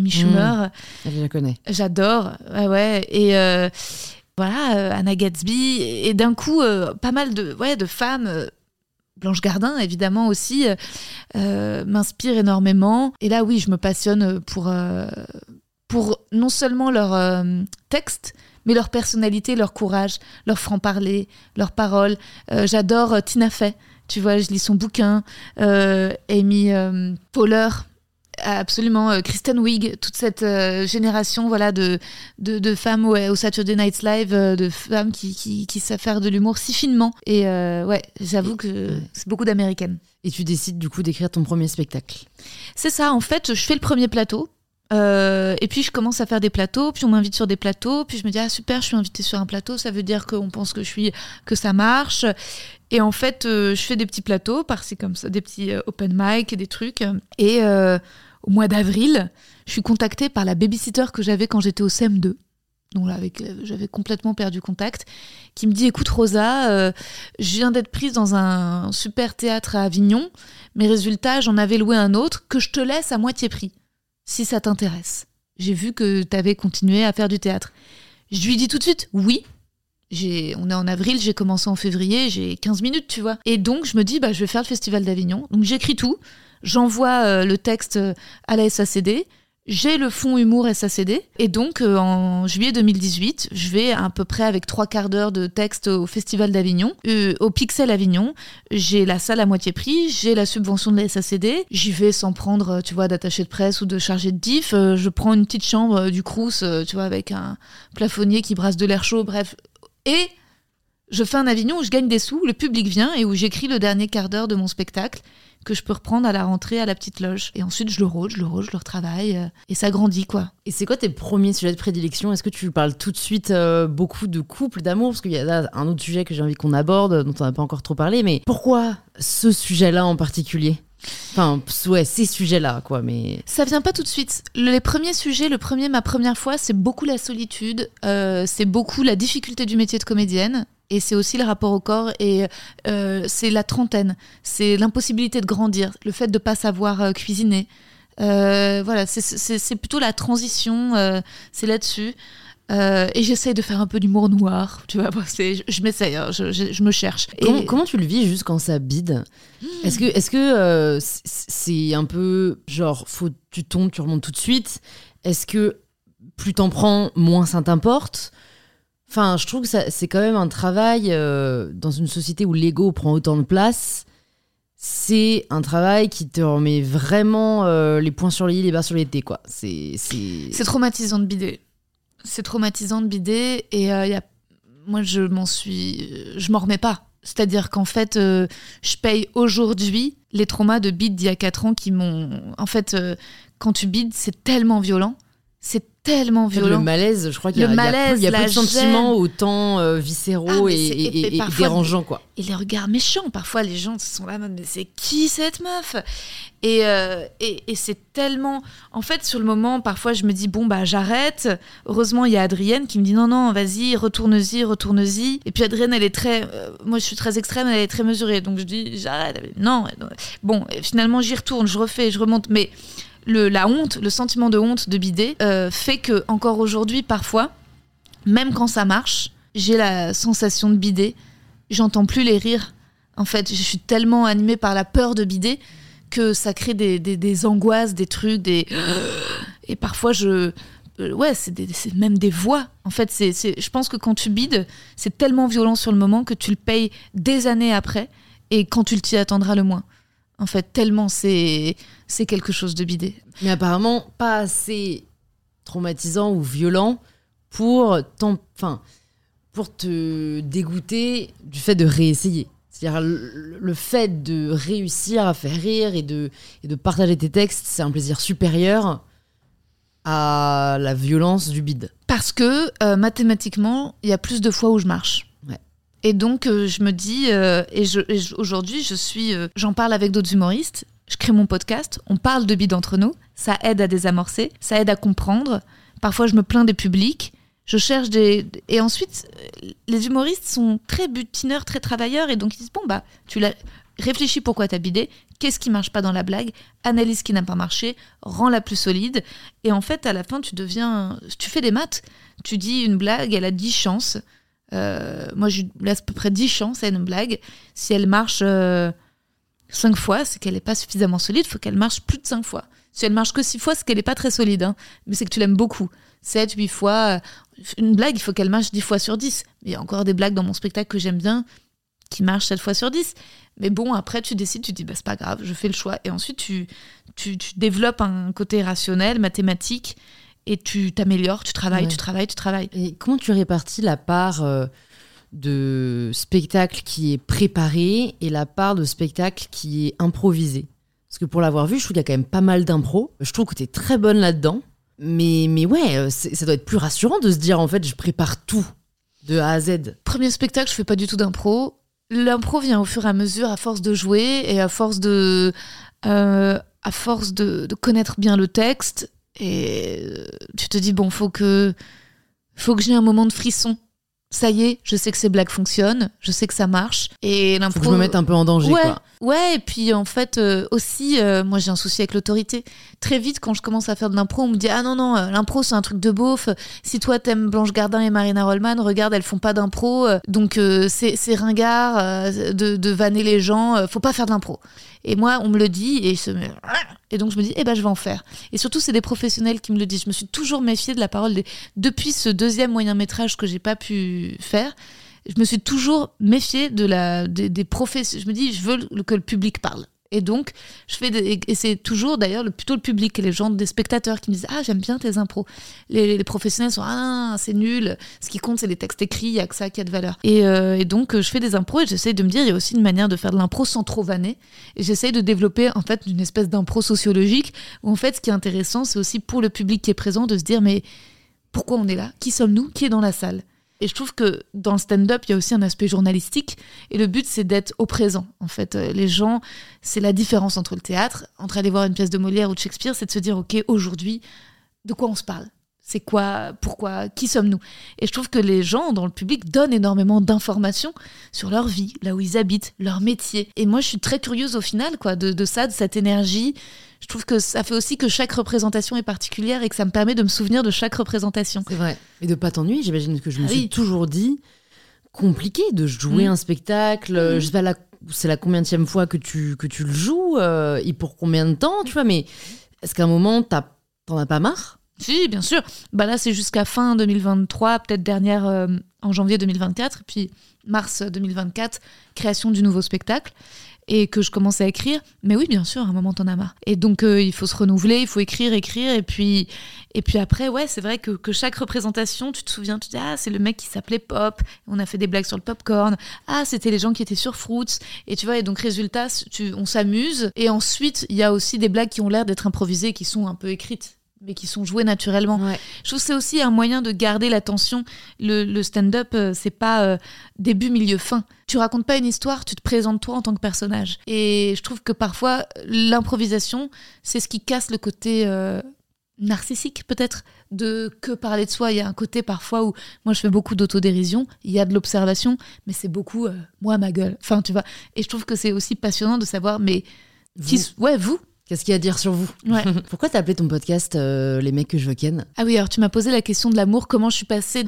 Je la connais. J'adore. Ouais. Et voilà, Anna Gatsby. Et d'un coup, pas mal de femmes. Blanche Gardin, évidemment, aussi, m'inspire énormément. Et là, oui, je me passionne pour non seulement leur texte, mais leur personnalité, leur courage, leur franc-parler, leurs paroles. J'adore Tina Fey, tu vois, je lis son bouquin. Amy Poehler, absolument. Kristen Wiig, toute cette génération voilà, de femmes au Saturday Night Live, de femmes qui savent faire de l'humour si finement. Et ouais, j'avoue que c'est beaucoup d'américaines. Et tu décides du coup d'écrire ton premier spectacle. C'est ça, en fait, je fais le premier plateau. Et puis je commence à faire des plateaux, puis on m'invite sur des plateaux, puis je me dis ah super, je suis invitée sur un plateau, ça veut dire qu'on pense que ça marche. Et en fait, je fais des petits plateaux par-ci comme ça, des petits open mic, des trucs. Et au mois d'avril, je suis contactée par la babysitter que j'avais quand j'étais au CM2. Donc là, j'avais complètement perdu contact, qui me dit écoute Rosa, je viens d'être prise dans un super théâtre à Avignon, mais résultat, j'en avais loué un autre que je te laisse à moitié prix. Si ça t'intéresse. J'ai vu que t'avais continué à faire du théâtre. Je lui dis tout de suite, oui. On est en avril, j'ai commencé en février, j'ai 15 minutes, tu vois. Et donc, je me dis, je vais faire le Festival d'Avignon. Donc, j'écris tout. J'envoie le texte à la SACD. J'ai le fonds humour SACD. Et donc, en juillet 2018, je vais à peu près avec 3/4 d'heure de texte au Festival d'Avignon, au Pixel Avignon. J'ai la salle à moitié prix, j'ai la subvention de la SACD. J'y vais sans prendre, tu vois, d'attaché de presse ou de chargé de diff. Je prends une petite chambre du Crous, tu vois, avec un plafonnier qui brasse de l'air chaud, bref. Et je fais un Avignon où je gagne des sous, le public vient et où j'écris le dernier quart d'heure de mon spectacle que je peux reprendre à la rentrée à la petite loge. Et ensuite, je le retravaille et ça grandit, quoi. Et c'est quoi tes premiers sujets de prédilection? Est-ce que tu parles tout de suite beaucoup de couple, d'amour? Parce qu'il y a là un autre sujet que j'ai envie qu'on aborde, dont on n'a pas encore trop parlé, mais pourquoi ce sujet-là en particulier? Enfin, ouais, ces sujets-là, quoi, mais... Ça vient pas tout de suite. Les premiers sujets, ma première fois, c'est beaucoup la solitude, c'est beaucoup la difficulté du métier de comédienne, et c'est aussi le rapport au corps, et c'est la trentaine, c'est l'impossibilité de grandir, le fait de pas savoir cuisiner. Voilà, c'est plutôt la transition, c'est là-dessus. Et j'essaye de faire un peu d'humour noir, tu vois. Je m'essaye, hein, je me cherche. Comment tu le vis juste quand ça bide? Est-ce que c'est un peu genre tu tombes, tu remontes tout de suite? Est-ce que plus t'en prends, moins ça t'importe? Enfin, je trouve que c'est quand même un travail dans une société où l'ego prend autant de place. C'est un travail qui te remet vraiment les points sur les i, les barres sur les t, quoi. C'est traumatisant de bider. C'est traumatisant de bider et moi je m'en remets pas. C'est-à-dire qu'en fait, je paye aujourd'hui les traumas de bide d'il y a 4 ans qui m'ont... En fait, quand tu bides, c'est tellement violent. C'est tellement violent. Le malaise, je crois qu'il y a peu de sentiments autant viscéraux et dérangeants, quoi. Et les regards méchants, parfois les gens sont là, mais c'est qui cette meuf? Et c'est tellement... En fait, sur le moment, parfois je me dis, j'arrête. Heureusement, il y a Adrienne qui me dit, non, vas-y, retourne-y. Et puis Adrienne, elle est très... moi, je suis très extrême, elle est très mesurée. Donc je dis, j'arrête. Non. Bon, finalement, j'y retourne, je refais, je remonte. Mais... la honte, le sentiment de honte de bider fait que encore aujourd'hui, parfois, même quand ça marche, j'ai la sensation de bider. J'entends plus les rires. En fait, je suis tellement animée par la peur de bider que ça crée des angoisses, des trucs, et parfois c'est même des voix. En fait, je pense que quand tu bides, c'est tellement violent sur le moment que tu le payes des années après, et quand tu t'y attendras le moins. En fait, tellement c'est quelque chose de bidé. Mais apparemment, pas assez traumatisant ou violent pour te dégoûter du fait de réessayer. C'est-à-dire le fait de réussir à faire rire et de partager tes textes, c'est un plaisir supérieur à la violence du bide. Parce que mathématiquement, il y a plus de fois où je marche. Ouais. Et donc, je me dis, aujourd'hui, j'en parle avec d'autres humoristes, je crée mon podcast, on parle de bide entre nous, ça aide à désamorcer, ça aide à comprendre. Parfois, je me plains des publics, je cherche Et ensuite, les humoristes sont très butineurs, très travailleurs, et donc ils disent, réfléchis pourquoi t'as bidé, qu'est-ce qui marche pas dans la blague, analyse ce qui n'a pas marché, rends-la plus solide, et en fait, à la fin, tu fais des maths, tu dis une blague, elle a 10 chances, moi je laisse à peu près 10 chances à une blague, si elle marche 5 fois, c'est qu'elle n'est pas suffisamment solide, il faut qu'elle marche plus de 5 fois. Si elle marche que 6 fois, c'est qu'elle n'est pas très solide, hein, mais c'est que tu l'aimes beaucoup. 7, 8 fois, une blague, il faut qu'elle marche 10 fois sur 10. Il y a encore des blagues dans mon spectacle que j'aime bien, qui marchent 7 fois sur 10. Mais bon, après, tu décides, tu te dis, c'est pas grave, je fais le choix. Et ensuite, tu développes un côté rationnel, mathématique, et tu t'améliores, tu travailles. Et comment tu répartis la part de spectacle qui est préparé et la part de spectacle qui est improvisé? Parce que pour l'avoir vu, je trouve qu'il y a quand même pas mal d'impro. Je trouve que t'es très bonne là-dedans. Mais ouais, ça doit être plus rassurant de se dire, en fait, je prépare tout, de A à Z. Premier spectacle, je fais pas du tout d'impro. L'impro vient au fur et à mesure, à force de jouer et à force de connaître bien le texte. Et tu te dis, faut que j'ai un moment de frisson. Ça y est, je sais que ces blagues fonctionnent, je sais que ça marche. Et l'impro, faut que je me mette un peu en danger, quoi. Ouais, et puis en fait, aussi, moi j'ai un souci avec l'autorité. Très vite, quand je commence à faire de l'impro, on me dit, ah non, l'impro c'est un truc de beauf. Si toi t'aimes Blanche Gardin et Marina Rollman, regarde, elles font pas d'impro. Donc c'est ringard de vanner les gens, faut pas faire de l'impro. Et moi, on me le dit, et donc je me dis, je vais en faire. Et surtout, c'est des professionnels qui me le disent. Je me suis toujours méfiée de la parole depuis ce 2e moyen-métrage que j'ai pas pu faire. Je me suis toujours méfiée des professionnels. Je me dis, je veux que le public parle. Et donc, et c'est toujours d'ailleurs plutôt le public, les gens, des spectateurs qui me disent, ah, j'aime bien tes impros. Les professionnels sont, ah, c'est nul. Ce qui compte, c'est les textes écrits, il n'y a que ça qui a de valeur. Et donc, je fais des impros et j'essaye de me dire, il y a aussi une manière de faire de l'impro sans trop vanner. Et j'essaye de développer, en fait, une espèce d'impro sociologique où, en fait, ce qui est intéressant, c'est aussi pour le public qui est présent de se dire, mais pourquoi on est là? Qui sommes-nous? Qui est dans la salle? Et je trouve que dans le stand-up, il y a aussi un aspect journalistique. Et le but, c'est d'être au présent. En fait, les gens, c'est la différence entre le théâtre, entre aller voir une pièce de Molière ou de Shakespeare, c'est de se dire, OK, aujourd'hui, de quoi on se parle? C'est quoi? Pourquoi? Qui sommes-nous? Et je trouve que les gens dans le public donnent énormément d'informations sur leur vie, là où ils habitent, leur métier. Et moi, je suis très curieuse au final, quoi, de ça, de cette énergie. Je trouve que ça fait aussi que chaque représentation est particulière et que ça me permet de me souvenir de chaque représentation. C'est vrai. Et de pas t'ennuyer, j'imagine que je me suis toujours dit, compliqué de jouer un spectacle. Je sais pas, c'est la combienième fois que tu le joues et pour combien de temps, tu vois, mais est-ce qu'à un moment, t'en as pas marre? Si, bien sûr. Là, c'est jusqu'à fin 2023, peut-être dernière en janvier 2024, et puis mars 2024, création du nouveau spectacle. Et que je commence à écrire, mais oui, bien sûr, à un moment, t'en as marre. Et donc, il faut se renouveler, il faut écrire, et puis après, ouais, c'est vrai que chaque représentation, tu te souviens, tu dis, ah, c'est le mec qui s'appelait Pop, on a fait des blagues sur le popcorn, ah, c'était les gens qui étaient sur Fruits, et tu vois, et donc, résultat, on s'amuse, et ensuite, il y a aussi des blagues qui ont l'air d'être improvisées, qui sont un peu écrites, mais qui sont jouées naturellement. Ouais. Je trouve que c'est aussi un moyen de garder l'attention. Le stand-up, c'est pas début, milieu, fin. Tu racontes pas une histoire, tu te présentes toi en tant que personnage. Et je trouve que parfois, l'improvisation, c'est ce qui casse le côté narcissique, peut-être, de que parler de soi. Il y a un côté parfois où, moi, je fais beaucoup d'autodérision, il y a de l'observation, mais c'est beaucoup moi, ma gueule. Enfin, tu vois. Et je trouve que c'est aussi passionnant de savoir, mais vous. Qu'est-ce qu'il y a à dire sur vous? Ouais. Pourquoi t'as appelé ton podcast Les mecs que je veux ken? Ah oui, alors tu m'as posé la question de l'amour, comment je suis passée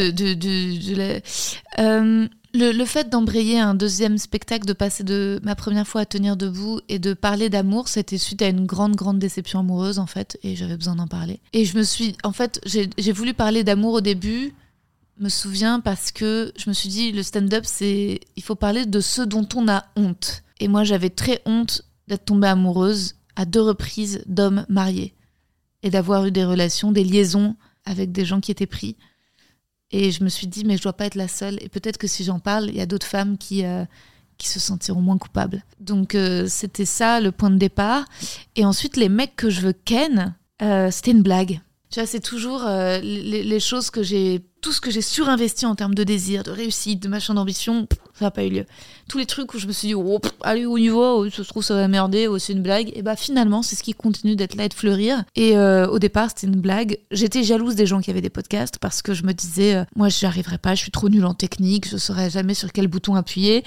le fait d'embrayer un 2e spectacle, de passer de ma première fois à tenir debout et de parler d'amour, c'était suite à une grande déception amoureuse en fait, et j'avais besoin d'en parler. Et j'ai voulu parler d'amour au début, me souviens, parce que je me suis dit, le stand-up, il faut parler de ce dont on a honte. Et moi, j'avais très honte d'être tombée amoureuse à 2 reprises d'hommes mariés et d'avoir eu des relations, des liaisons avec des gens qui étaient pris. Et je me suis dit, mais je dois pas être la seule. Et peut-être que si j'en parle, il y a d'autres femmes qui se sentiront moins coupables. Donc c'était ça le point de départ. Et ensuite, les mecs que je veux ken, c'était une blague. Tu vois, c'est toujours les choses que tout ce que j'ai surinvesti en termes de désir, de réussite, de machin, d'ambition, ça n'a pas eu lieu. Tous les trucs où je me suis dit, allez, on y va, ça se trouve, ça va merder, c'est une blague. Et bah finalement, c'est ce qui continue d'être là et de fleurir. Et au départ, c'était une blague. J'étais jalouse des gens qui avaient des podcasts parce que je me disais, moi, j'y arriverai pas, je suis trop nulle en technique, je saurais jamais sur quel bouton appuyer.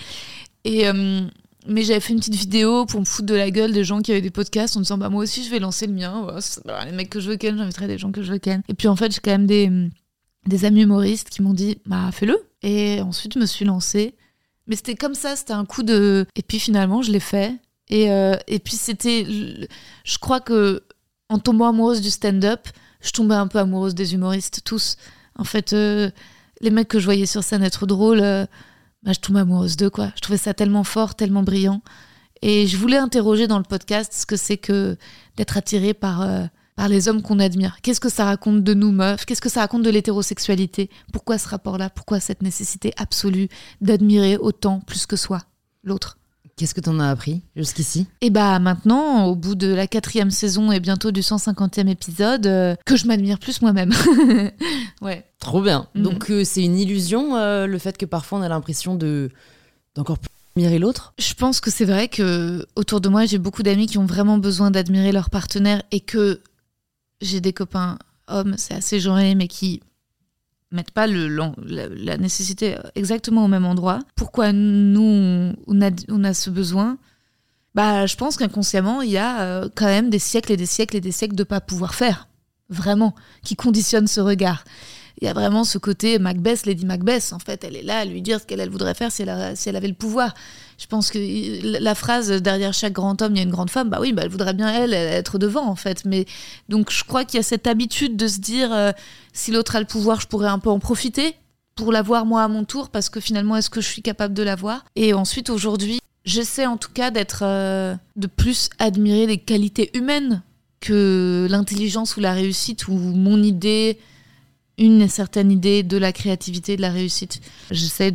Mais j'avais fait une petite vidéo pour me foutre de la gueule des gens qui avaient des podcasts en disant moi aussi je vais lancer le mien, les mecs que je veux ken, j'inviterai des gens que je veux ken. Et puis en fait j'ai quand même des amis humoristes qui m'ont dit fais-le. Et ensuite je me suis lancée, mais c'était comme ça, c'était un coup de... Et puis finalement je l'ai fait et puis c'était, je crois que en tombant amoureuse du stand-up je tombais un peu amoureuse des humoristes tous en fait. Les mecs que je voyais sur scène être drôles, je tombais amoureuse d'eux, quoi. Je trouvais ça tellement fort, tellement brillant. Et je voulais interroger dans le podcast ce que c'est que d'être attiré par les hommes qu'on admire. Qu'est-ce que ça raconte de nous, meufs ? Qu'est-ce que ça raconte de l'hétérosexualité ? Pourquoi ce rapport-là ? Pourquoi cette nécessité absolue d'admirer autant, plus que soi, l'autre ? Qu'est-ce que t'en as appris jusqu'ici ? Et maintenant, au bout de la 4e saison et bientôt du 150e épisode, que je m'admire plus moi-même. Ouais. Trop bien. Donc c'est une illusion, le fait que parfois on a l'impression d'encore plus admirer l'autre ? Je pense que c'est vrai que autour de moi, j'ai beaucoup d'amis qui ont vraiment besoin d'admirer leur partenaire et que j'ai des copains hommes, c'est assez genré, mais qui mettent pas la nécessité exactement au même endroit. Pourquoi nous, on a ce besoin ? Je pense qu'inconsciemment, il y a quand même des siècles et des siècles et des siècles de pas pouvoir faire, vraiment, qui conditionnent ce regard. Il y a vraiment ce côté Macbeth, Lady Macbeth, en fait, elle est là à lui dire ce qu'elle voudrait faire si elle avait le pouvoir. Je pense que la phrase « derrière chaque grand homme, il y a une grande femme », elle voudrait bien, elle être devant, en fait. Mais, donc, je crois qu'il y a cette habitude de se dire si l'autre a le pouvoir, je pourrais un peu en profiter pour l'avoir, moi, à mon tour, parce que finalement, est-ce que je suis capable de l'avoir ? Et ensuite, aujourd'hui, j'essaie en tout cas de plus admirer les qualités humaines que l'intelligence ou la réussite ou mon idée... une certaine idée de la créativité, de la réussite. J'essaie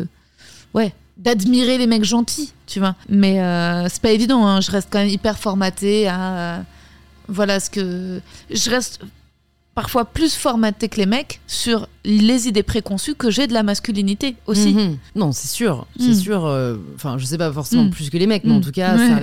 d'admirer les mecs gentils, tu vois. Mais c'est pas évident, hein. Je reste quand même hyper formatée à... Je reste parfois plus formatée que les mecs sur les idées préconçues que j'ai de la masculinité aussi. Non, c'est sûr. C'est sûr. Je sais pas forcément plus que les mecs, mais en tout cas, ça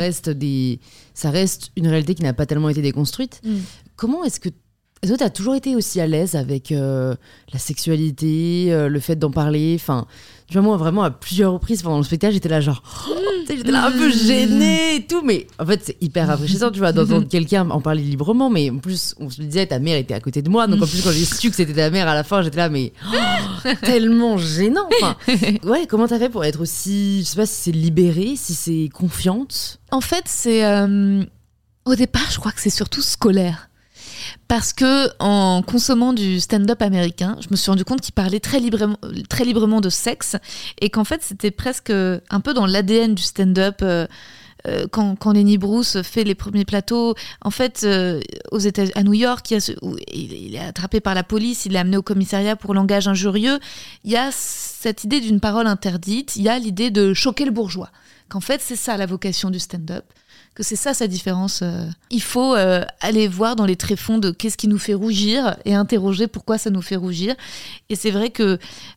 reste une réalité qui n'a pas tellement été déconstruite. Comment est-ce que t'as toujours été aussi à l'aise avec la sexualité, le fait d'en parler, tu vois, moi vraiment à plusieurs reprises pendant le spectacle j'étais là j'étais là un peu gênée et tout, mais en fait c'est hyper rafraîchissant, tu vois, d'entendre quelqu'un en parler librement. Mais en plus on se disait ta mère était à côté de moi, donc en plus quand j'ai su que c'était ta mère à la fin j'étais là mais tellement gênant. Comment t'as fait pour être aussi, je sais pas si c'est libérée, si c'est confiante? En fait c'est au départ je crois que c'est surtout scolaire. Parce que en consommant du stand-up américain, je me suis rendu compte qu'il parlait très librement de sexe et qu'en fait c'était presque un peu dans l'ADN du stand-up. Quand Lenny Bruce fait les premiers plateaux, en fait, à New York, il est attrapé par la police, il est amené au commissariat pour langage injurieux. Il y a cette idée d'une parole interdite, il y a l'idée de choquer le bourgeois. Qu'en fait, c'est ça la vocation du stand-up. Que c'est ça sa différence. Il faut aller voir dans les tréfonds de qu'est-ce qui nous fait rougir et interroger pourquoi ça nous fait rougir. Et c'est vrai que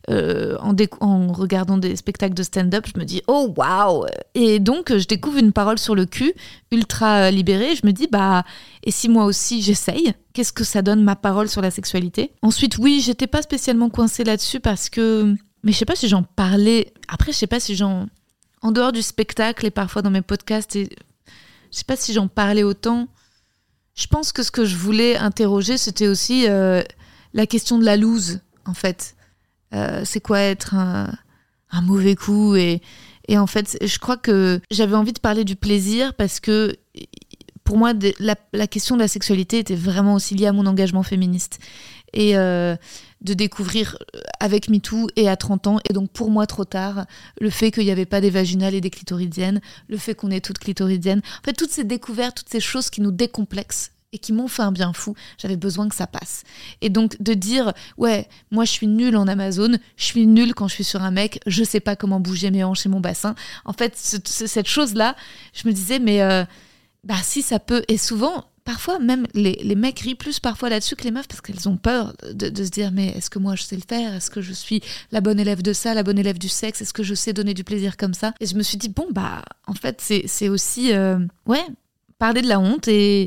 en regardant des spectacles de stand-up, je me dis oh waouh. Et donc je découvre une parole sur le cul ultra libérée. Je me dis et si moi aussi j'essaye, qu'est-ce que ça donne ma parole sur la sexualité ? Ensuite oui, j'étais pas spécialement coincée là-dessus mais je sais pas si j'en parlais. Après je sais pas si en dehors du spectacle et parfois dans mes podcasts je sais pas si j'en parlais autant. Je pense que ce que je voulais interroger, c'était aussi la question de la loose, en fait. C'est quoi être un mauvais coup et en fait, je crois que j'avais envie de parler du plaisir parce que pour moi, la question de la sexualité était vraiment aussi liée à mon engagement féministe. Et de découvrir avec MeToo et à 30 ans, et donc pour moi trop tard, le fait qu'il n'y avait pas des vaginales et des clitoridiennes, le fait qu'on est toutes clitoridiennes, en fait toutes ces découvertes, toutes ces choses qui nous décomplexent et qui m'ont fait un bien fou, j'avais besoin que ça passe. Et donc de dire, ouais, moi je suis nulle en Amazon, je suis nulle quand je suis sur un mec, je sais pas comment bouger mes hanches et mon bassin. En fait, cette chose-là, je me disais, mais si ça peut, et souvent, parfois même les mecs rient plus parfois là-dessus que les meufs parce qu'elles ont peur de se dire mais est-ce que moi je sais le faire, est-ce que je suis la bonne élève de ça, la bonne élève du sexe, est-ce que je sais donner du plaisir comme ça. Et je me suis dit bon bah en fait c'est aussi parler de la honte et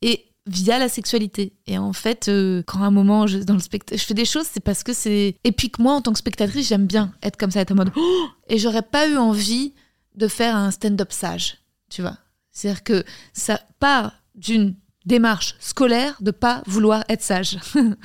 via la sexualité. Et en fait, quand à un moment, je fais des choses, c'est parce que c'est... Et puis que moi, en tant que spectatrice, j'aime bien être comme ça, être en mode... Oh et j'aurais pas eu envie de faire un stand-up sage, tu vois. C'est-à-dire que ça part d'une démarche scolaire de pas vouloir être sage.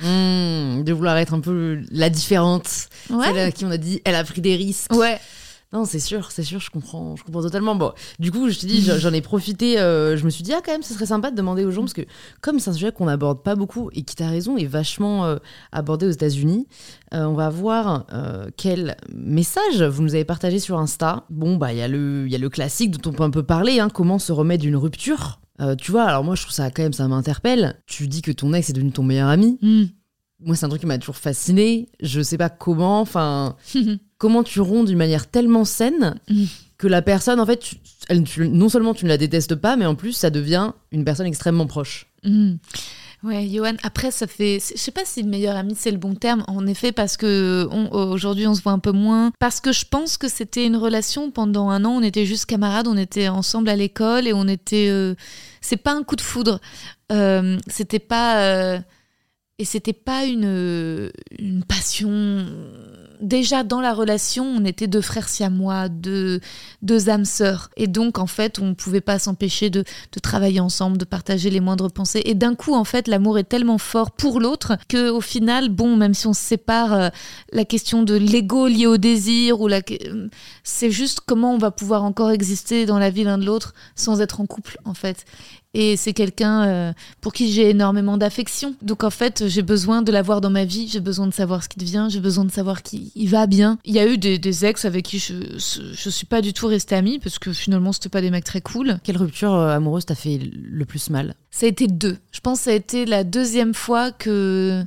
De vouloir être un peu la différente. Ouais. Celle à qui on a dit, elle a pris des risques. Ouais. Non, c'est sûr, je comprends totalement. Bon, du coup, je te dis, j'en ai profité, je me suis dit, quand même, ce serait sympa de demander aux gens, parce que comme c'est un sujet qu'on n'aborde pas beaucoup, et qui, t'as raison, est vachement abordé aux États-Unis, on va voir quel message vous nous avez partagé sur Insta. Bon, bah, il y a le classique dont on peut un peu parler, comment se remettre d'une rupture. Tu vois, alors moi, je trouve ça, quand même, ça m'interpelle. Tu dis que ton ex est devenu ton meilleur ami. Moi, c'est un truc qui m'a toujours fascinée. Je sais pas comment, comment tu romps d'une manière tellement saine que la personne, en fait, non seulement tu ne la détestes pas, mais en plus, ça devient une personne extrêmement proche. Ouais, Johan, après, ça fait... Je sais pas si le meilleur ami, c'est le bon terme, en effet, parce que aujourd'hui, on se voit un peu moins. Parce que je pense que c'était une relation, pendant 1 an, on était juste camarades, on était ensemble à l'école, et on était... C'est pas un coup de foudre. C'était pas... Et c'était pas une passion. Déjà dans la relation, on était 2 frères siamois, deux âmes sœurs. Et donc, en fait, on pouvait pas s'empêcher de travailler ensemble, de partager les moindres pensées. Et d'un coup, en fait, l'amour est tellement fort pour l'autre qu'au final, bon, même si on se sépare, la question de l'ego lié au désir, c'est juste comment on va pouvoir encore exister dans la vie l'un de l'autre sans être en couple, en fait. Et c'est quelqu'un pour qui j'ai énormément d'affection. Donc en fait, j'ai besoin de l'avoir dans ma vie, j'ai besoin de savoir ce qui devient, j'ai besoin de savoir qu'il va bien. Il y a eu des ex avec qui je suis pas du tout restée amie, parce que finalement, c'était pas des mecs très cool. Quelle rupture amoureuse t'a fait le plus mal ? Ça a été 2. Je pense que ça a été la deuxième fois que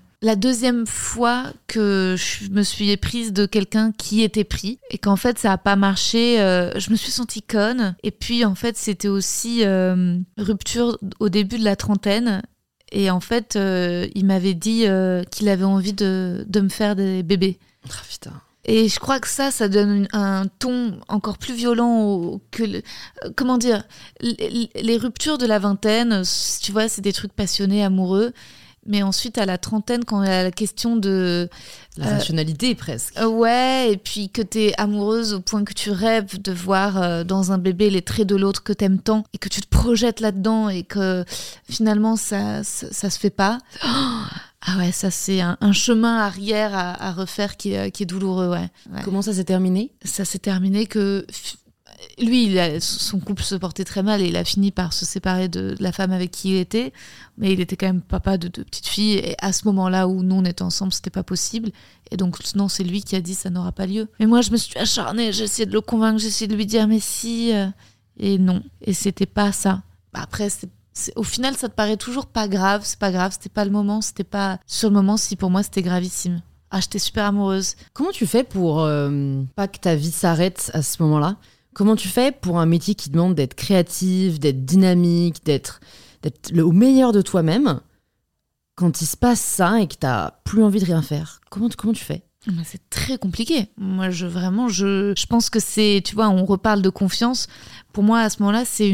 je me suis éprise de quelqu'un qui était pris et qu'en fait ça a pas marché. Je me suis sentie conne. Et puis en fait c'était aussi rupture au début de la trentaine. Et en fait il m'avait dit qu'il avait envie de me faire des bébés. Ah putain. Et je crois que ça donne un ton encore plus violent comment dire, les ruptures de la vingtaine, tu vois, c'est des trucs passionnés, amoureux. Mais ensuite, à la trentaine, quand il y a la question de... La rationalité, presque. Ouais, et puis que t'es amoureuse au point que tu rêves de voir dans un bébé les traits de l'autre que t'aimes tant, et que tu te projettes là-dedans, et que finalement, ça se fait pas. Ah ouais, ça, c'est un chemin arrière à refaire qui est douloureux, ouais. Comment ça s'est terminé ? Ça s'est terminé que... Lui, son couple se portait très mal et il a fini par se séparer de la femme avec qui il était. Mais il était quand même papa de 2 petites filles. Et à ce moment-là où nous, on était ensemble, c'était pas possible. Et donc, non, c'est lui qui a dit ça n'aura pas lieu. Mais moi, je me suis acharnée. J'ai essayé de le convaincre. J'ai essayé de lui dire mais si. Et non. Et c'était pas ça. Après, au final, ça te paraît toujours pas grave. C'est pas grave. C'était pas le moment. C'était pas... Sur le moment, si pour moi, c'était gravissime. Ah, j'étais super amoureuse. Comment tu fais pour pas que ta vie s'arrête à ce moment-là ? Comment tu fais pour un métier qui demande d'être créatif, d'être dynamique, d'être au meilleur de toi-même, quand il se passe ça et que t'as plus envie de rien faire ? Comment tu fais ? C'est très compliqué. Moi, je pense que c'est... Tu vois, on reparle de confiance. Pour moi, à ce moment-là, c'est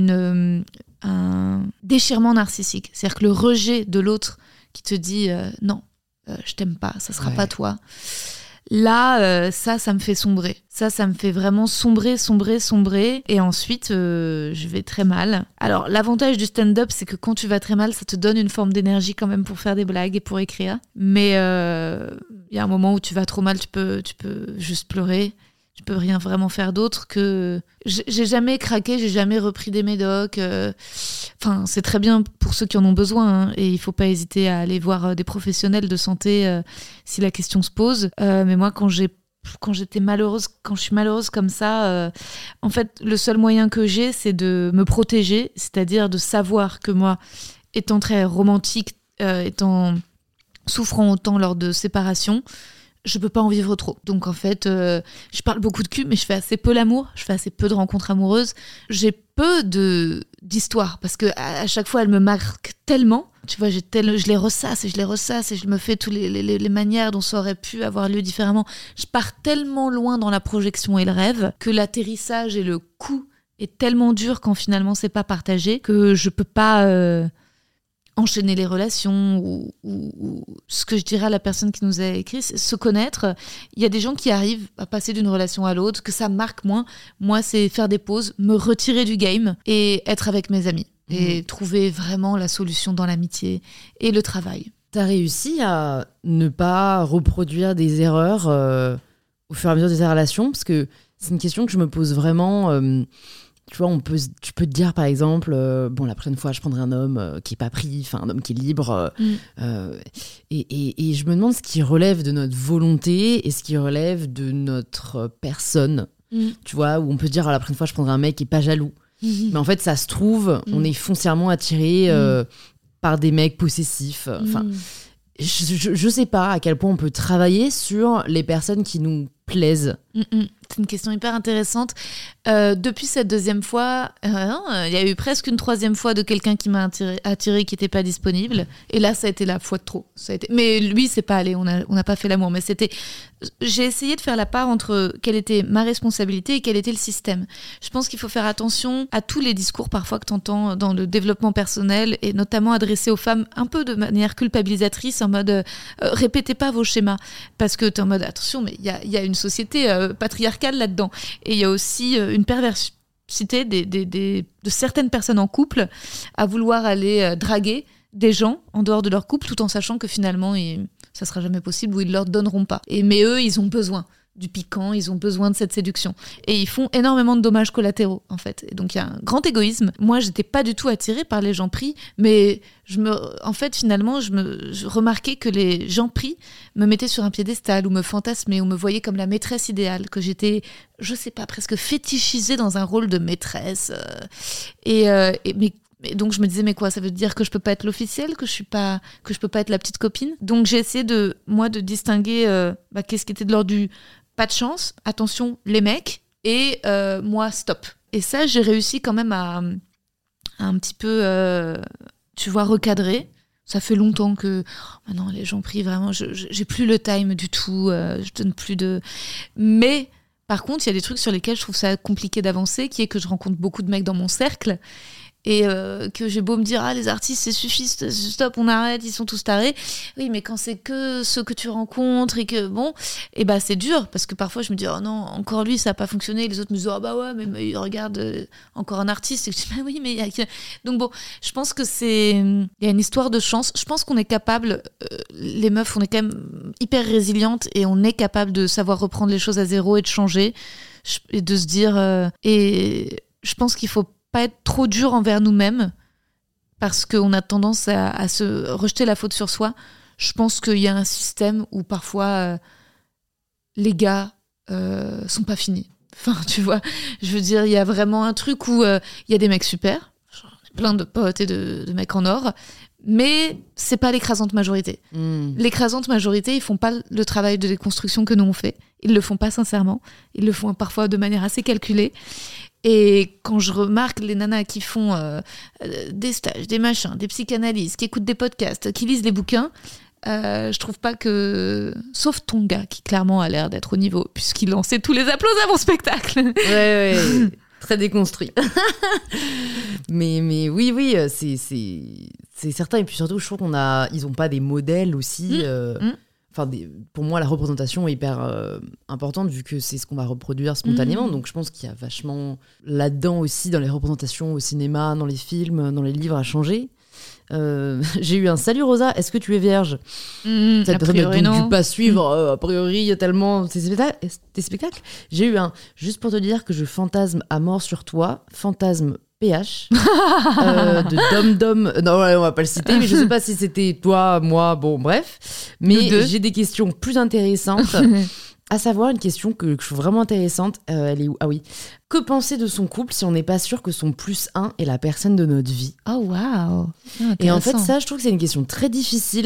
un déchirement narcissique. C'est-à-dire que le rejet de l'autre qui te dit non, je t'aime pas, ça sera pas toi. Là, ça me fait sombrer. Ça me fait vraiment sombrer. Et ensuite, je vais très mal. Alors, l'avantage du stand-up, c'est que quand tu vas très mal, ça te donne une forme d'énergie quand même pour faire des blagues et pour écrire. Mais y a un moment où tu vas trop mal, tu peux juste pleurer. Tu peux rien vraiment faire d'autre que... J'ai jamais craqué, j'ai jamais repris des médocs. Enfin, c'est très bien pour ceux qui en ont besoin. Et il faut pas hésiter à aller voir des professionnels de santé si la question se pose. Mais moi, quand j'étais malheureuse, quand je suis malheureuse comme ça, en fait, le seul moyen que j'ai, c'est de me protéger. C'est-à-dire de savoir que moi, étant très romantique, souffrant autant lors de séparation, je peux pas en vivre trop. Donc en fait, je parle beaucoup de cul, mais je fais assez peu l'amour, je fais assez peu de rencontres amoureuses. J'ai peu d'histoires parce que à chaque fois, elles me marquent tellement. Tu vois, je les ressasse et je me fais toutes les manières dont ça aurait pu avoir lieu différemment. Je pars tellement loin dans la projection et le rêve que l'atterrissage et le coup est tellement dur quand finalement c'est pas partagé que je peux pas enchaîner les relations ou ce que je dirais à la personne qui nous a écrit, c'est se connaître. Il y a des gens qui arrivent à passer d'une relation à l'autre, que ça marque moins. Moi, c'est faire des pauses, me retirer du game et être avec mes amis. Et trouver vraiment la solution dans l'amitié et le travail. T'as réussi à ne pas reproduire des erreurs au fur et à mesure de tes relations? Parce que c'est une question que je me pose vraiment. Tu vois, tu peux te dire, par exemple, la prochaine fois, je prendrai un homme qui n'est pas pris, enfin, un homme qui est libre. Et je me demande ce qui relève de notre volonté et ce qui relève de notre personne. Tu vois, où on peut se dire, la prochaine fois, je prendrai un mec qui n'est pas jaloux. Mais en fait, ça se trouve, on est foncièrement attiré par des mecs possessifs. Enfin, je sais pas à quel point on peut travailler sur les personnes qui nous plaisent. C'est une question hyper intéressante. Depuis cette deuxième fois, il y a eu presque une troisième fois de quelqu'un qui m'a attiré qui n'était pas disponible. Et là, ça a été la fois de trop. Mais lui, c'est pas allé. On n'a pas fait l'amour. Mais j'ai essayé de faire la part entre quelle était ma responsabilité et quel était le système. Je pense qu'il faut faire attention à tous les discours parfois que tu entends dans le développement personnel et notamment adressés aux femmes un peu de manière culpabilisatrice en mode répétez pas vos schémas. Parce que tu es en mode attention, mais il y a une société patriarcale là-dedans. Et il y a aussi une perversité de certaines personnes en couple à vouloir aller draguer des gens en dehors de leur couple tout en sachant que finalement ça sera jamais possible ou ils leur donneront pas. Mais eux, ils ont besoin du piquant, ils ont besoin de cette séduction. Et ils font énormément de dommages collatéraux, en fait. Et donc, il y a un grand égoïsme. Moi, j'étais pas du tout attirée par les gens pris, mais finalement, je remarquais que les gens pris me mettaient sur un piédestal ou me fantasmaient ou me voyaient comme la maîtresse idéale, que j'étais, je sais pas, presque fétichisée dans un rôle de maîtresse. Et donc je me disais mais quoi, ça veut dire que je peux pas être l'officielle, que je peux pas être la petite copine. Donc j'ai essayé de distinguer qu'est-ce qui était de l'ordre du pas de chance, attention les mecs, et moi stop. Et ça j'ai réussi quand même à un petit peu recadrer. Ça fait longtemps que maintenant les gens prient vraiment, j'ai plus le time du tout, je donne plus de. Mais par contre il y a des trucs sur lesquels je trouve ça compliqué d'avancer, qui est que je rencontre beaucoup de mecs dans mon cercle. Et que j'ai beau me dire les artistes c'est suffit, stop, on arrête, ils sont tous tarés. Oui, mais quand c'est que ceux que tu rencontres et que c'est dur parce que parfois je me dis oh non, encore lui ça a pas fonctionné, les autres me disent mais regarde encore un artiste et je dis oui mais donc je pense que il y a une histoire de chance. Je pense qu'on est capable, les meufs on est quand même hyper résilientes et on est capable de savoir reprendre les choses à zéro et de changer et de se dire et je pense qu'il faut pas être trop dur envers nous-mêmes parce qu'on a tendance à se rejeter la faute sur soi. Je pense qu'il y a un système où parfois les gars sont pas finis. Enfin, tu vois, je veux dire, il y a vraiment un truc où il y a des mecs super, j'en ai plein de potes et de mecs en or, mais c'est pas l'écrasante majorité. L'écrasante majorité, ils font pas le travail de déconstruction que nous on fait. Ils le font pas sincèrement. Ils le font parfois de manière assez calculée. Et quand je remarque les nanas qui font des stages, des machins, des psychanalyses, qui écoutent des podcasts, qui lisent les bouquins, je trouve pas que... Sauf ton gars, qui clairement a l'air d'être au niveau, puisqu'il lançait tous les applaudissements à mon spectacle. Ouais. Très déconstruit. mais oui, c'est certain. Et puis surtout, je trouve ils ont pas des modèles aussi... pour moi, la représentation est hyper importante vu que c'est ce qu'on va reproduire spontanément. Donc, je pense qu'il y a vachement là-dedans aussi, dans les représentations au cinéma, dans les films, dans les livres, à changer. J'ai eu un salut Rosa, est-ce que tu es vierge? Cette personne n'a donc dû pas suivre a priori il y a tellement tes spectacles. J'ai eu un juste pour te dire que je fantasme à mort sur toi, fantasme PH de Dom. Non, on va pas le citer, mais je sais pas si c'était toi, moi, bon, bref. Mais j'ai des questions plus intéressantes. À savoir, une question que je trouve vraiment intéressante. Elle est où? Ah oui. Que penser de son couple si on n'est pas sûr que son plus un est la personne de notre vie? Oh, waouh! Et en fait, ça, je trouve que c'est une question très difficile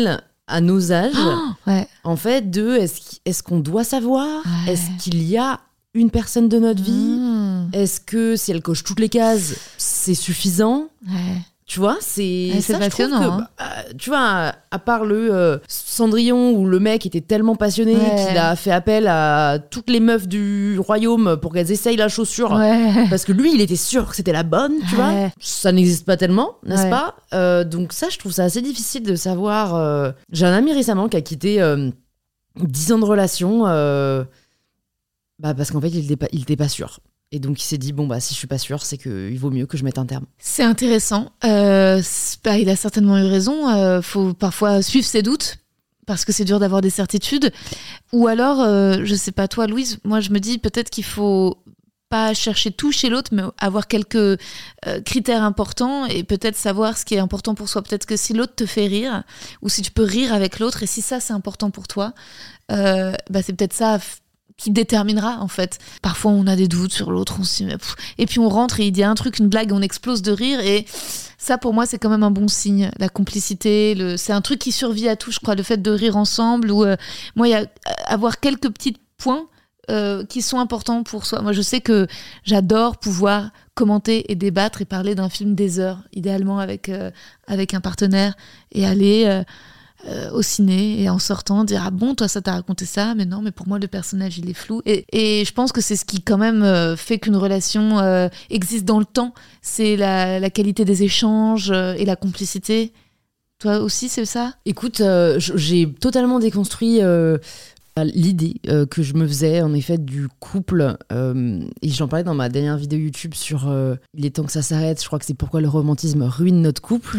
à nos âges, Ouais. en fait, est-ce qu'on doit savoir ? Ouais. Est-ce qu'il y a une personne de notre vie ? Est-ce que si elle coche toutes les cases, c'est suffisant ? Ouais. Tu vois, c'est Ouais, c'est ça, je trouve passionnant, que, tu vois, à part le Cendrillon où le mec était tellement passionné qu'il a fait appel à toutes les meufs du royaume pour qu'elles essayent la chaussure, parce que lui, il était sûr que c'était la bonne, tu vois. Ça n'existe pas tellement, n'est-ce pas ? Donc ça, je trouve ça assez difficile de savoir. J'ai un ami récemment qui a quitté 10 ans de relation parce qu'en fait, il était pas sûr. Et donc il s'est dit, si je suis pas sûr, c'est qu'il vaut mieux que je mette un terme. C'est intéressant. Il a certainement eu raison. Faut parfois suivre ses doutes, parce que c'est dur d'avoir des certitudes. Ou alors, je sais pas toi Louise, moi je me dis peut-être qu'il faut pas chercher tout chez l'autre, mais avoir quelques critères importants et peut-être savoir ce qui est important pour soi. Peut-être que si l'autre te fait rire, ou si tu peux rire avec l'autre, et si ça c'est important pour toi, c'est peut-être ça qui déterminera en fait. Parfois on a des doutes sur l'autre, on se dit, et puis on rentre et il dit un truc, une blague, on explose de rire, et ça pour moi c'est quand même un bon signe. La complicité, c'est un truc qui survit à tout, je crois, le fait de rire ensemble, ou moi il y a avoir quelques petits points qui sont importants pour soi. Moi je sais que j'adore pouvoir commenter et débattre et parler d'un film des heures, idéalement avec un partenaire, et aller au ciné et en sortant dire ah bon toi ça t'a raconté ça, mais non mais pour moi le personnage il est flou, et je pense que c'est ce qui quand même fait qu'une relation existe dans le temps, c'est la qualité des échanges et la complicité. Toi aussi c'est ça ? Écoute, j'ai totalement déconstruit l'idée que je me faisais en effet du couple, et j'en parlais dans ma dernière vidéo YouTube sur il est temps que ça s'arrête, je crois que c'est pourquoi le romantisme ruine notre couple,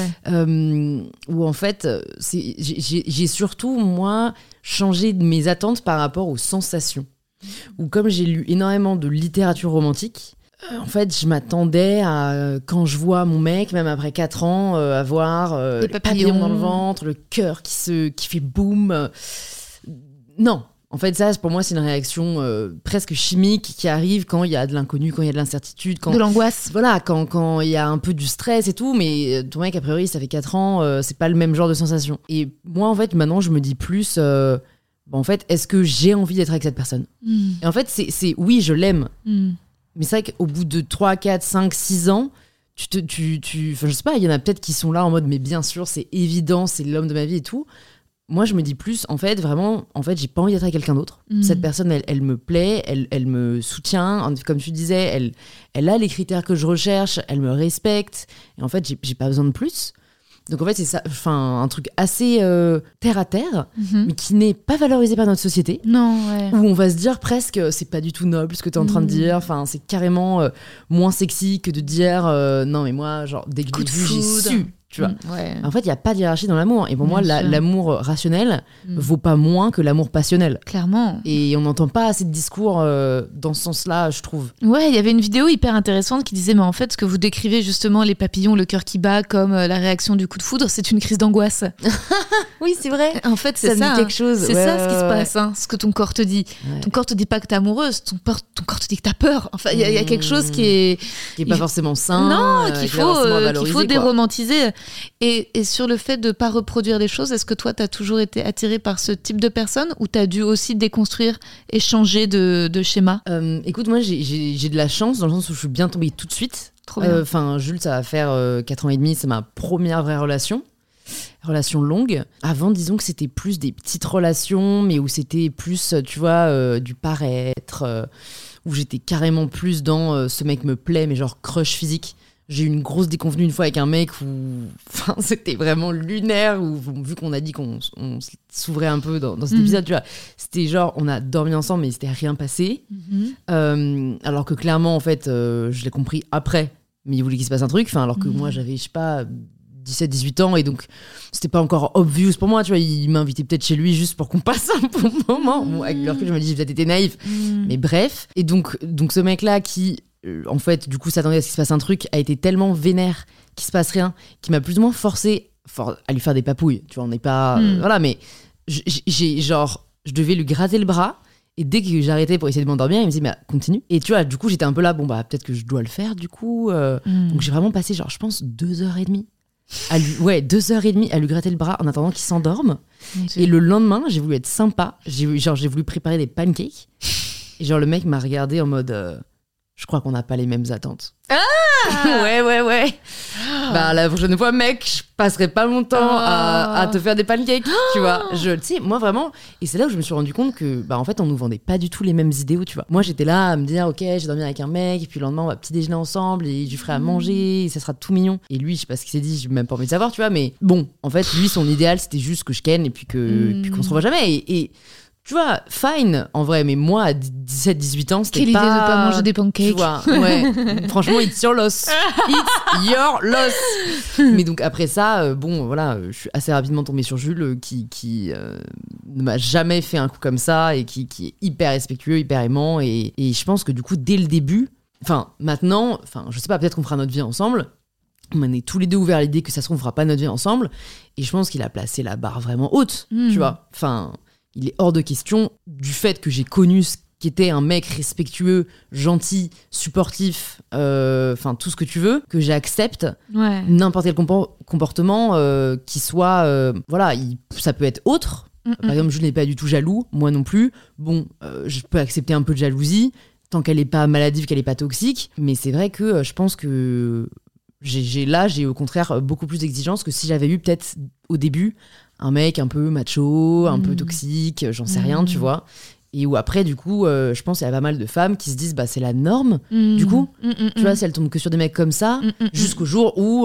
où en fait j'ai surtout moi changé mes attentes par rapport aux sensations, où comme j'ai lu énormément de littérature romantique, en fait je m'attendais à, quand je vois mon mec même après 4 ans, avoir les papillons dans le ventre, le cœur qui fait boum. Non, en fait, ça, pour moi, c'est une réaction presque chimique qui arrive quand il y a de l'inconnu, quand il y a de l'incertitude. De l'angoisse. Voilà, quand il y a un peu du stress et tout, mais ton mec, a priori, ça fait 4 ans, c'est pas le même genre de sensation. Et moi, en fait, maintenant, je me dis plus, en fait, est-ce que j'ai envie d'être avec cette personne ? Et en fait, c'est oui, je l'aime. Mais c'est vrai qu'au bout de 3, 4, 5, 6 ans, je sais pas, il y en a peut-être qui sont là en mode, mais bien sûr, c'est évident, c'est l'homme de ma vie et tout. Moi, je me dis plus, en fait, vraiment, j'ai pas envie d'être avec quelqu'un d'autre. Cette personne, elle me plaît, elle me soutient. Comme tu disais, elle a les critères que je recherche, elle me respecte. Et en fait, j'ai pas besoin de plus. Donc, en fait, c'est ça, un truc assez terre à terre, mais qui n'est pas valorisé par notre société. Non, ouais. Où on va se dire presque, c'est pas du tout noble ce que t'es en train de dire. Enfin, c'est carrément moins sexy que de dire, non, mais moi, genre, dès que je l'ai vu, j'ai su. Tu vois. En fait, il n'y a pas de hiérarchie dans l'amour. Et pour moi, l'amour rationnel vaut pas moins que l'amour passionnel. Clairement. Et on n'entend pas assez de discours dans ce sens-là, je trouve. Ouais, il y avait une vidéo hyper intéressante qui disait, mais en fait, ce que vous décrivez justement, les papillons, le cœur qui bat, comme la réaction du coup de foudre, c'est une crise d'angoisse. Oui, c'est vrai. En fait, c'est ça. Dit quelque chose. C'est ça ce qui se passe, hein, ce que ton corps te dit. Ouais. Ton corps te dit pas que t'es amoureuse, ton corps te dit que t'as peur. Enfin, il y a quelque chose qui est pas forcément sain. Non, qu'il faut déromantiser. Et sur le fait de pas reproduire des choses, est-ce que toi, t'as toujours été attirée par ce type de personne, ou t'as dû aussi déconstruire et changer de schéma ? Écoute, moi, j'ai de la chance dans le sens où je suis bien tombée tout de suite. Trop bien. Jules, ça va faire 4 ans et demi, c'est ma première vraie relation longue. Avant, disons que c'était plus des petites relations, mais où c'était plus, tu vois, du paraître, où j'étais carrément plus dans ce mec me plaît, mais genre crush physique. J'ai eu une grosse déconvenue une fois avec un mec où c'était vraiment lunaire, où vu qu'on a dit qu'on s'ouvrait un peu dans cet épisode, tu vois, c'était genre on a dormi ensemble mais il s'était rien passé. Alors que clairement en fait je l'ai compris après, mais il voulait qu'il se passe un truc, alors que moi j'avais je sais pas 17-18 ans et donc c'était pas encore obvious pour moi, tu vois, il m'invitait peut-être chez lui juste pour qu'on passe un bon moment. Bon, avec le recul je me dis j'ai peut-être été naïve, mais bref. Et donc ce mec là qui en fait, du coup, s'attendait à ce qu'il se passe un truc, a été tellement vénère qu'il se passe rien, qui m'a plus ou moins forcé à lui faire des papouilles. Tu vois, on n'est pas... voilà, mais je devais lui gratter le bras, et dès que j'arrêtais pour essayer de m'endormir, il me disait, mais continue. Et tu vois, du coup, j'étais un peu là, peut-être que je dois le faire, du coup. Donc j'ai vraiment passé, je pense, 2h30 2h30 à lui gratter le bras en attendant qu'il s'endorme. Et le lendemain, j'ai voulu être sympa. J'ai voulu préparer des pancakes. Et genre, le mec m'a regardé en mode je crois qu'on n'a pas les mêmes attentes. Ouais. Bah, la prochaine fois, mec, je passerai pas longtemps à te faire des pancakes, tu vois. Tu sais, moi, vraiment... Et c'est là où je me suis rendu compte que, bah, en fait, on nous vendait pas du tout les mêmes idéaux, tu vois. Moi, j'étais là à me dire, ok, j'ai dormi avec un mec, et puis le lendemain, on va petit déjeuner ensemble, et je lui ferai à manger, et ça sera tout mignon. Et lui, je sais pas ce qu'il s'est dit, j'ai même pas envie de savoir, tu vois. Mais bon, en fait, lui, son idéal, c'était juste que je ken, et puis qu'on se revoit jamais. Et tu vois, fine, en vrai, mais moi, à 17-18 ans, c'était quelle pas... idée de pas manger des pancakes. Tu vois, ouais. Franchement, it's your loss. It's your loss. Mais donc, après ça, bon, voilà, je suis assez rapidement tombée sur Jules, qui ne m'a jamais fait un coup comme ça, et qui est hyper respectueux, hyper aimant, et je pense que du coup, dès le début, maintenant, je sais pas, peut-être qu'on fera notre vie ensemble, on est tous les deux ouverts à l'idée que ça se trouve, on fera pas notre vie ensemble, et je pense qu'il a placé la barre vraiment haute, tu vois, il est hors de question du fait que j'ai connu ce qu'était un mec respectueux, gentil, supportif, tout ce que tu veux, que j'accepte n'importe quel comportement qui soit... ça peut être autre. Par exemple, je n'ai pas du tout jaloux, moi non plus. Bon, je peux accepter un peu de jalousie, tant qu'elle n'est pas maladive, qu'elle n'est pas toxique. Mais c'est vrai que je pense que j'ai au contraire beaucoup plus d'exigences que si j'avais eu peut-être au début un mec un peu macho, un peu toxique, j'en sais rien, tu vois. Et où après, du coup, je pense qu'il y a pas mal de femmes qui se disent, bah, c'est la norme, du coup. Tu vois, si elles tombent que sur des mecs comme ça, jusqu'au jour où,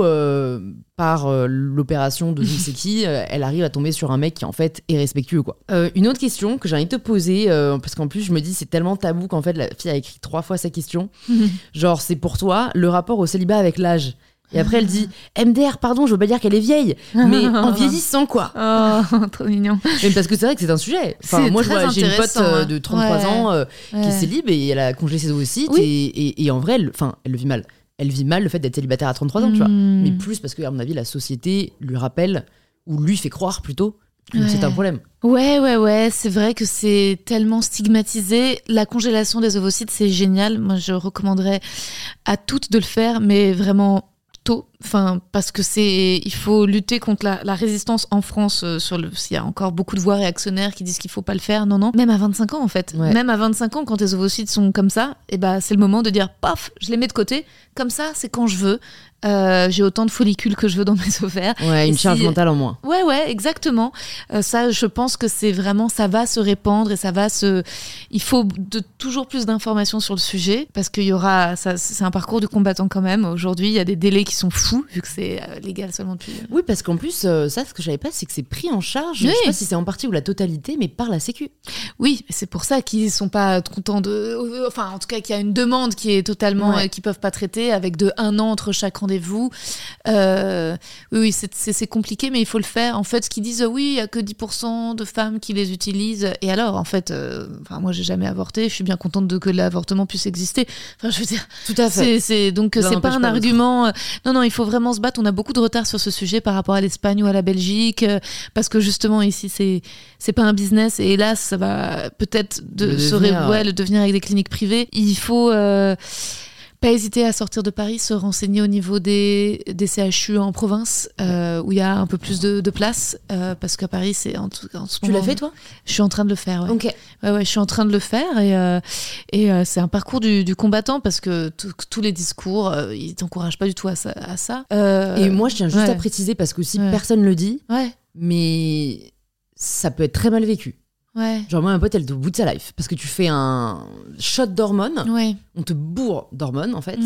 par l'opération de je ne sais qui, elle arrive à tomber sur un mec qui, en fait, est respectueux, quoi. Une autre question que j'ai envie de te poser, parce qu'en plus, je me dis, c'est tellement tabou qu'en fait, la fille a écrit 3 fois sa question. Genre, c'est pour toi, le rapport au célibat avec l'âge. Et après, elle dit MDR, pardon, je veux pas dire qu'elle est vieille, mais en vieillissant, quoi. Oh, trop mignon. Mais parce que c'est vrai que c'est un sujet. Moi, j'ai une pote de 33 ans qui est célib et elle a congelé ses ovocytes. Et en vrai, elle le vit mal. Elle vit mal le fait d'être célibataire à 33 ans, tu vois. Mais plus parce que, à mon avis, la société lui rappelle, ou lui fait croire plutôt, que c'est un problème. Ouais, c'est vrai que c'est tellement stigmatisé. La congélation des ovocytes, c'est génial. Moi, je recommanderais à toutes de le faire, mais vraiment tôt, parce que il faut lutter contre la résistance en France il y a encore beaucoup de voix réactionnaires qui disent qu'il faut pas le faire. Non, même à 25 ans en fait. Même à 25 ans, quand tes ovocytes sont comme ça, et c'est le moment de dire paf, je les mets de côté. Comme ça, c'est quand je veux. J'ai autant de follicules que je veux dans mes ovaires. Ouais, une charge mentale en moins. Ouais, exactement. Ça, je pense que c'est vraiment, ça va se répandre et il faut toujours plus d'informations sur le sujet parce qu'il y aura, c'est un parcours du combattant quand même. Aujourd'hui, il y a des délais qui sont fous vu que c'est légal seulement depuis. Oui, parce qu'en plus, ça, ce que je savais pas, c'est que c'est pris en charge. Je sais pas si c'est en partie ou la totalité, mais par la Sécu. Oui, c'est pour ça qu'ils sont pas contents en tout cas, qu'il y a une demande qui est totalement, qu'ils peuvent pas traiter avec de 1 an entre chaque rendez-vous. Oui, c'est compliqué, mais il faut le faire. En fait, ce qu'ils disent, oui, il y a que 10% de femmes qui les utilisent. Et alors, en fait, moi, j'ai jamais avorté. Je suis bien contente que l'avortement puisse exister. Enfin, je veux dire, tout à fait. Donc, c'est pas un argument. Non, il faut vraiment se battre. On a beaucoup de retard sur ce sujet par rapport à l'Espagne ou à la Belgique, parce que justement ici, c'est pas un business. Et hélas, ça va peut-être le devenir avec des cliniques privées. Il faut pas hésiter à sortir de Paris, se renseigner au niveau des CHU en province, où il y a un peu plus de place, parce qu'à Paris, c'est en ce moment... Tu l'as fait, toi ? Je suis en train de le faire, ouais. Ok. Ouais, je suis en train de le faire, et c'est un parcours du combattant, parce que tous les discours, ils t'encouragent pas du tout à ça. Et moi, je tiens juste à préciser, parce que si personne le dit, mais ça peut être très mal vécu. Ouais. Genre moi, ma pote, elle est au bout de sa life parce que tu fais un shot d'hormones, on te bourre d'hormones en fait,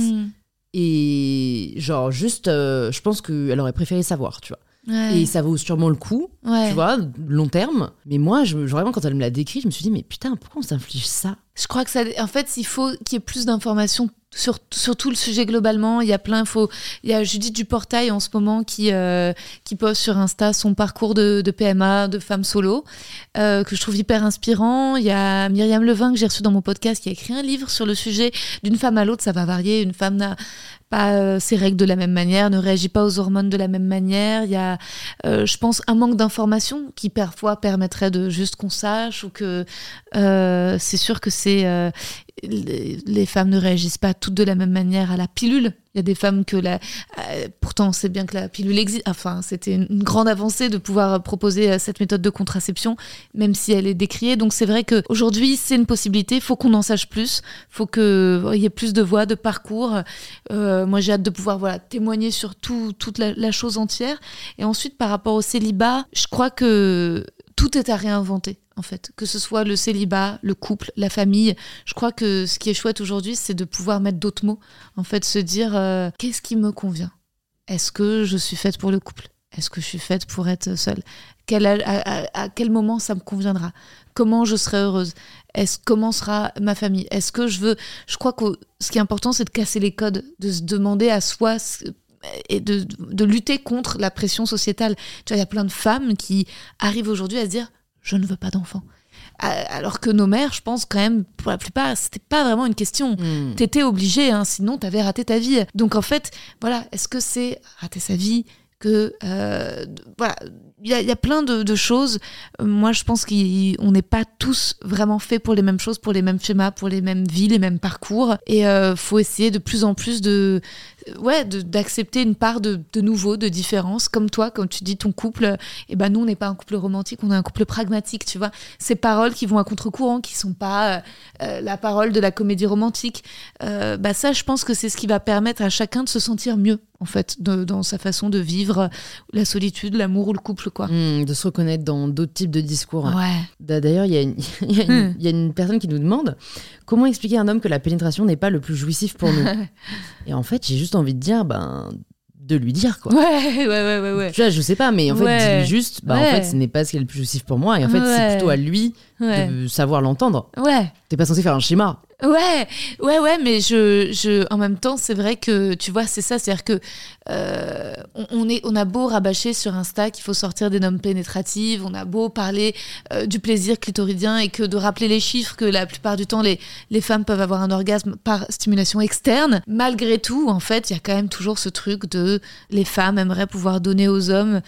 et genre juste, je pense qu'elle aurait préféré savoir, tu vois. Et ça vaut sûrement le coup, tu vois, long terme. Mais moi, vraiment, quand elle me l'a décrit, je me suis dit, mais putain, pourquoi on s'inflige ça ? Je crois que en fait, il faut qu'il y ait plus d'informations sur tout le sujet globalement. Il y a Judith Duportail en ce moment qui poste sur Insta son parcours de PMA, de femme solo, que je trouve hyper inspirant. Il y a Myriam Levin que j'ai reçue dans mon podcast qui a écrit un livre sur le sujet. D'une femme à l'autre, ça va varier. Une femme n'a pas ses règles de la même manière, ne réagit pas aux hormones de la même manière. Il y a, je pense, un manque d'information qui parfois permettrait de juste qu'on sache, ou que c'est sûr que les femmes ne réagissent pas toutes de la même manière à la pilule. Il y a des femmes pourtant on sait bien que la pilule existe. Enfin, c'était une grande avancée de pouvoir proposer cette méthode de contraception, même si elle est décriée. Donc c'est vrai qu'aujourd'hui, c'est une possibilité. Il faut qu'on en sache plus. Il faut qu'il y ait plus de voix, de parcours. Moi, j'ai hâte de pouvoir témoigner sur toute la chose entière. Et ensuite, par rapport au célibat, je crois que tout est à réinventer, en fait. Que ce soit le célibat, le couple, la famille. Je crois que ce qui est chouette aujourd'hui, c'est de pouvoir mettre d'autres mots. En fait, se dire qu'est-ce qui me convient ? Est-ce que je suis faite pour le couple ? Est-ce que je suis faite pour être seule ? À quel moment ça me conviendra ? Comment je serai heureuse ? Comment sera ma famille ? Est-ce que je veux... Je crois que ce qui est important, c'est de casser les codes, de se demander à soi... et de lutter contre la pression sociétale. Tu vois, il y a plein de femmes qui arrivent aujourd'hui à se dire « je ne veux pas d'enfant ». Alors que nos mères, je pense quand même, pour la plupart, c'était pas vraiment une question. T'étais obligée, sinon t'avais raté ta vie. Donc en fait, voilà, est-ce que c'est rater sa vie que... voilà, il y a plein de choses. Moi, je pense qu'on n'est pas tous vraiment faits pour les mêmes choses, pour les mêmes schémas, pour les mêmes vies, les mêmes parcours. Et faut essayer de plus en plus d'accepter une part de nouveau, de différence. Comme toi, comme tu dis, ton couple, nous, on n'est pas un couple romantique, on est un couple pragmatique, tu vois. Ces paroles qui vont à contre-courant, qui sont pas la parole de la comédie romantique. Ça, je pense que c'est ce qui va permettre à chacun de se sentir mieux, en fait, dans sa façon de vivre la solitude, l'amour ou le couple, quoi. De se reconnaître dans d'autres types de discours. Ouais. D'ailleurs, il y a une personne qui nous demande comment expliquer à un homme que la pénétration n'est pas le plus jouissif pour nous. Et en fait, j'ai juste envie de dire, de lui dire, quoi. Ouais. Tu vois, je sais pas, mais en fait, dis-lui juste, en fait, ce n'est pas ce qui est le plus jouissif pour moi. Et en fait, c'est plutôt à lui de savoir l'entendre. Ouais. T'es pas censé faire un schéma. Ouais, mais en même temps, c'est vrai que, tu vois, c'est ça, c'est-à-dire que on a beau rabâcher sur Insta qu'il faut sortir des normes pénétratives, on a beau parler du plaisir clitoridien et que de rappeler les chiffres que la plupart du temps, les femmes peuvent avoir un orgasme par stimulation externe. Malgré tout, en fait, il y a quand même toujours ce truc de les femmes aimeraient pouvoir donner aux hommes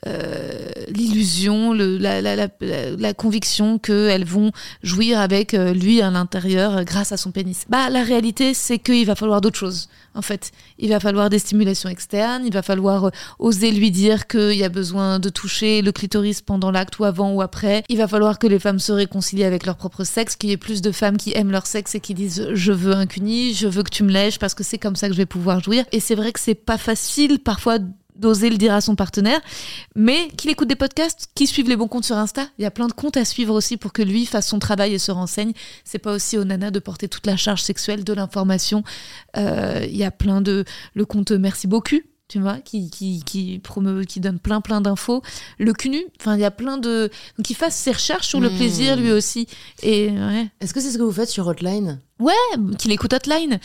l'illusion, la conviction qu'elles vont jouir avec lui à l'intérieur grâce à son pénis. La réalité, c'est qu'il va falloir d'autres choses. En fait, il va falloir des stimulations externes, il va falloir oser lui dire qu'il y a besoin de toucher le clitoris pendant l'acte ou avant ou après. Il va falloir que les femmes se réconcilient avec leur propre sexe, qu'il y ait plus de femmes qui aiment leur sexe et qui disent « je veux un cuni, je veux que tu me lèches parce que c'est comme ça que je vais pouvoir jouir ». Et c'est vrai que c'est pas facile parfois d'oser le dire à son partenaire, mais qu'il écoute des podcasts, qu'il suive les bons comptes sur Insta. Il y a plein de comptes à suivre aussi pour que lui fasse son travail et se renseigne. C'est pas aussi aux nanas de porter toute la charge sexuelle de l'information. Il y a plein le compte Merci beaucoup, tu vois, qui promeut, qui donne plein d'infos. Le CNU, enfin il y a plein de... Donc il fasse ses recherches sur le plaisir lui aussi. Et ouais. Est-ce que c'est ce que vous faites sur Hotline ? Ouais, qu'il écoute Hotline,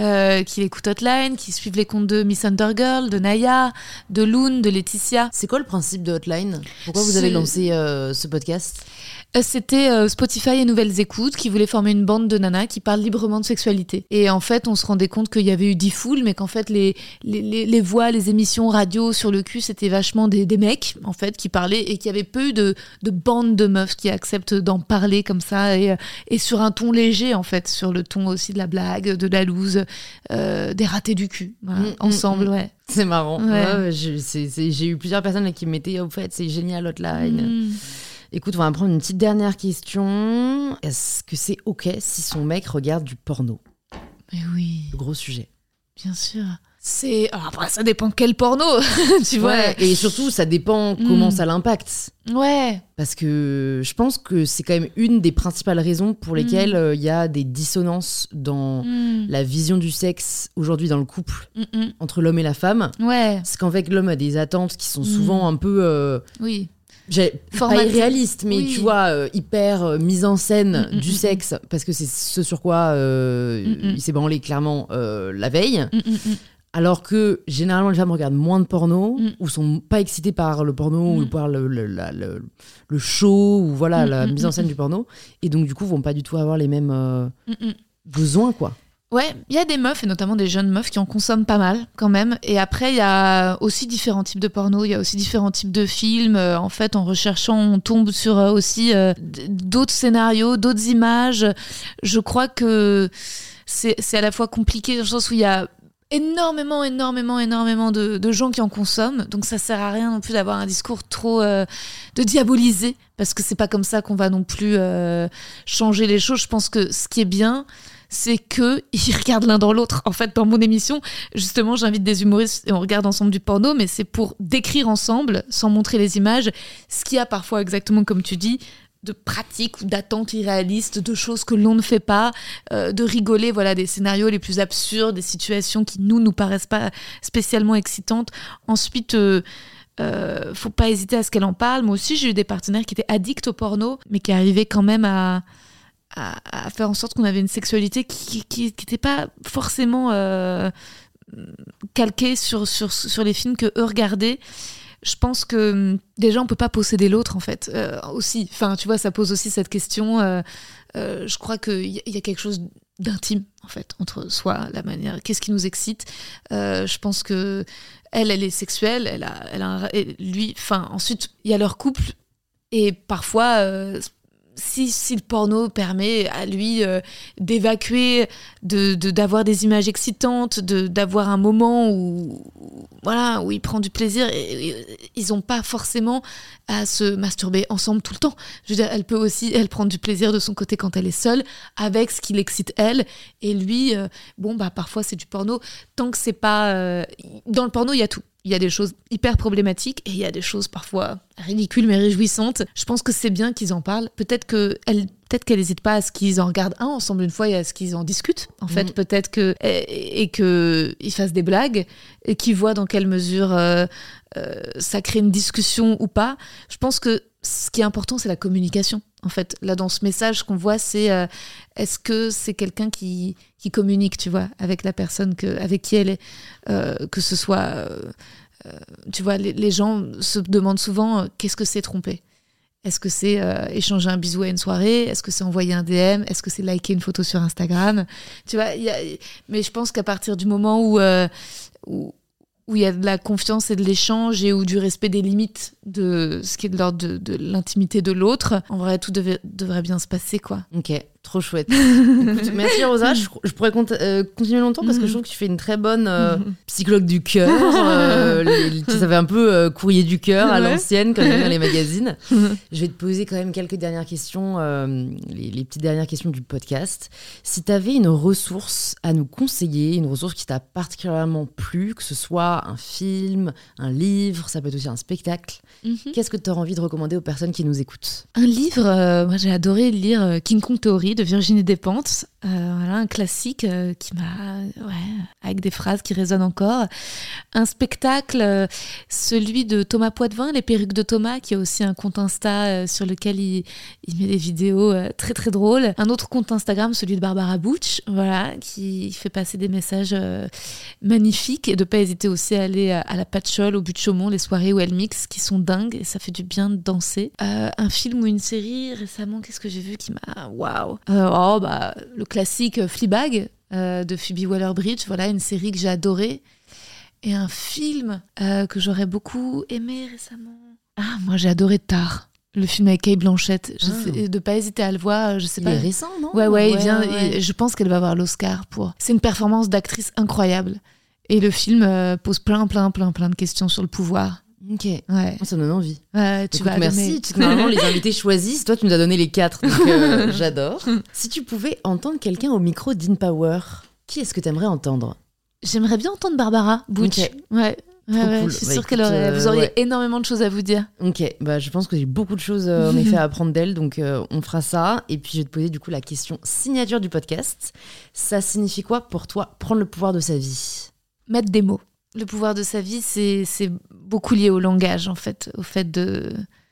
qu'il suive les comptes de Miss Undergirl, de Naya, de Loon, de Laetitia. C'est quoi le principe de Hotline ? Pourquoi vous avez lancé ce podcast ? C'était Spotify et Nouvelles Écoutes qui voulaient former une bande de nanas qui parlent librement de sexualité. Et en fait, on se rendait compte qu'il y avait eu 10 foules, mais qu'en fait, les voix, les émissions radio sur le cul, c'était vachement des mecs, en fait, qui parlaient et qu'il y avait peu de bandes de meufs qui acceptent d'en parler comme ça et sur un ton léger, en fait, sur le ton aussi de la blague, de la loose, des ratés du cul, voilà, ensemble, ouais. C'est marrant. Ouais. J'ai eu plusieurs personnes là, qui me mettaient au fait, c'est génial Hotline. Écoute, on va prendre une petite dernière question. Est-ce que c'est ok si son mec regarde du porno ? Mais oui. Le gros sujet. Bien sûr. Après, ça dépend quel porno, tu vois. Ouais, et surtout, ça dépend comment ça l'impacte. Ouais. Parce que je pense que c'est quand même une des principales raisons pour lesquelles il y a des dissonances dans la vision du sexe aujourd'hui dans le couple entre l'homme et la femme. Ouais. C'est qu'en fait, l'homme a des attentes qui sont souvent un peu... oui. Pas irréaliste, mais tu vois, hyper mise en scène du sexe, parce que c'est ce sur quoi il s'est branlé clairement la veille. Alors que généralement les femmes regardent moins de porno ou sont pas excitées par le porno ou par le show ou voilà la mise en scène du porno, et donc du coup vont pas du tout avoir les mêmes besoins, quoi. Ouais, il y a des meufs, et notamment des jeunes meufs, qui en consomment pas mal, quand même. Et après, il y a aussi différents types de porno, il y a aussi différents types de films. En fait, en recherchant, on tombe sur aussi d'autres scénarios, d'autres images. Je crois que c'est à la fois compliqué, dans le sens où il y a énormément de gens qui en consomment. Donc, ça sert à rien non plus d'avoir un discours trop de diaboliser, parce que c'est pas comme ça qu'on va non plus changer les choses. Je pense que ce qui est bien, c'est qu'ils regardent l'un dans l'autre. En fait, dans mon émission, justement, j'invite des humoristes et on regarde ensemble du porno, mais c'est pour décrire ensemble, sans montrer les images, ce qu'il y a parfois, exactement comme tu dis, de pratiques ou d'attentes irréalistes, de choses que l'on ne fait pas, de rigoler, voilà, des scénarios les plus absurdes, des situations qui nous paraissent pas spécialement excitantes. Ensuite, faut pas hésiter à ce qu'elle en parle. Moi aussi, j'ai eu des partenaires qui étaient addicts au porno, mais qui arrivaient quand même à faire en sorte qu'on avait une sexualité qui n'était pas forcément calquée sur les films que eux regardaient. Je pense que déjà on peut pas posséder l'autre en fait aussi. Enfin, tu vois, ça pose aussi cette question. Je crois qu'il y a quelque chose d'intime en fait entre soi, la manière, qu'est-ce qui nous excite. Je pense que elle est sexuelle, elle a et lui. Enfin, ensuite il y a leur couple et parfois. Si le porno permet à lui d'évacuer, d'avoir des images excitantes, d'avoir un moment où il prend du plaisir, et ils n'ont pas forcément à se masturber ensemble tout le temps. Je veux dire, elle peut aussi, elle prendre du plaisir de son côté quand elle est seule, avec ce qui l'excite elle, et lui, parfois c'est du porno. Tant que c'est pas... dans le porno, il y a tout. Il y a des choses hyper problématiques et il y a des choses parfois ridicules mais réjouissantes. Je pense que c'est bien qu'ils en parlent. Peut-être qu'elle n'hésite pas à ce qu'ils en regardent un ensemble une fois et à ce qu'ils en discutent. En fait, peut-être qu'ils fassent des blagues et qu'ils voient dans quelle mesure ça crée une discussion ou pas. Je pense que ce qui est important, c'est la communication. En fait, là, dans ce message qu'on voit, c'est est-ce que c'est quelqu'un qui communique, tu vois, avec la personne avec qui elle est, que ce soit... tu vois, les gens se demandent souvent qu'est-ce que c'est tromper. Est-ce que c'est échanger un bisou à une soirée? Est-ce que c'est envoyer un DM? Est-ce que c'est liker une photo sur Instagram? Tu vois, mais je pense qu'à partir du moment où il y a de la confiance et de l'échange et ou du respect des limites de ce qui est de l'ordre de l'intimité de l'autre, en vrai, tout devrait bien se passer, quoi. Ok, trop chouette. Écoute, merci Rosa, je pourrais continuer longtemps parce que je trouve que tu fais une très bonne psychologue du cœur. Ça fait un peu courrier du cœur à l'ancienne, comme dans les magazines. Je vais te poser quand même quelques dernières questions, les petites dernières questions du podcast. Si tu avais une ressource à nous conseiller, une ressource qui t'a particulièrement plu, que ce soit un film, un livre, ça peut être aussi un spectacle, qu'est-ce que tu aurais envie de recommander aux personnes qui nous écoutent? Un livre, moi j'ai adoré lire King Kong Theory de Virginie Despentes, un classique qui m'a, avec des phrases qui résonnent encore. Un spectacle, celui de Thomas Poitvin, Les Perruques de Thomas, qui a aussi un compte Insta sur lequel il met des vidéos très très drôles. Un autre compte Instagram, celui de Barbara Butch, qui fait passer des messages magnifiques, et de pas hésiter aussi à aller à la Patchole, au but de Chaumont, les soirées où elle mixe, qui sont dingues, et ça fait du bien de danser. Un film ou une série récemment, qu'est-ce que j'ai vu qui m'a... Waouh. Le classique Fleabag de Phoebe Waller-Bridge, une série que j'ai adorée. Et un film que j'aurais beaucoup aimé récemment. Moi j'ai adoré Tar, le film avec Cate Blanchett. De pas hésiter à le voir, je sais pas. Il est récent, non? Ouais, il vient. Ouais. Je pense qu'elle va avoir l'Oscar pour. C'est une performance d'actrice incroyable. Et le film pose plein de questions sur le pouvoir. Ok, ouais. Ça me donne envie. Tu vas merci. Normalement, les invités choisissent. Toi, tu nous as donné les 4, donc j'adore. Si tu pouvais entendre quelqu'un au micro d'InPower, qui est-ce que tu aimerais entendre? J'aimerais bien entendre Barbara Butch. Okay. Ouais. Cool. Je suis sûre qu'elle vous auriez énormément de choses à vous dire. Ok, je pense que j'ai beaucoup de choses en effet à apprendre d'elle, donc on fera ça. Et puis je vais te poser du coup la question signature du podcast. Ça signifie quoi pour toi prendre le pouvoir de sa vie? Mettre des mots. Le pouvoir de sa vie, c'est beaucoup lié au langage, en fait, au fait de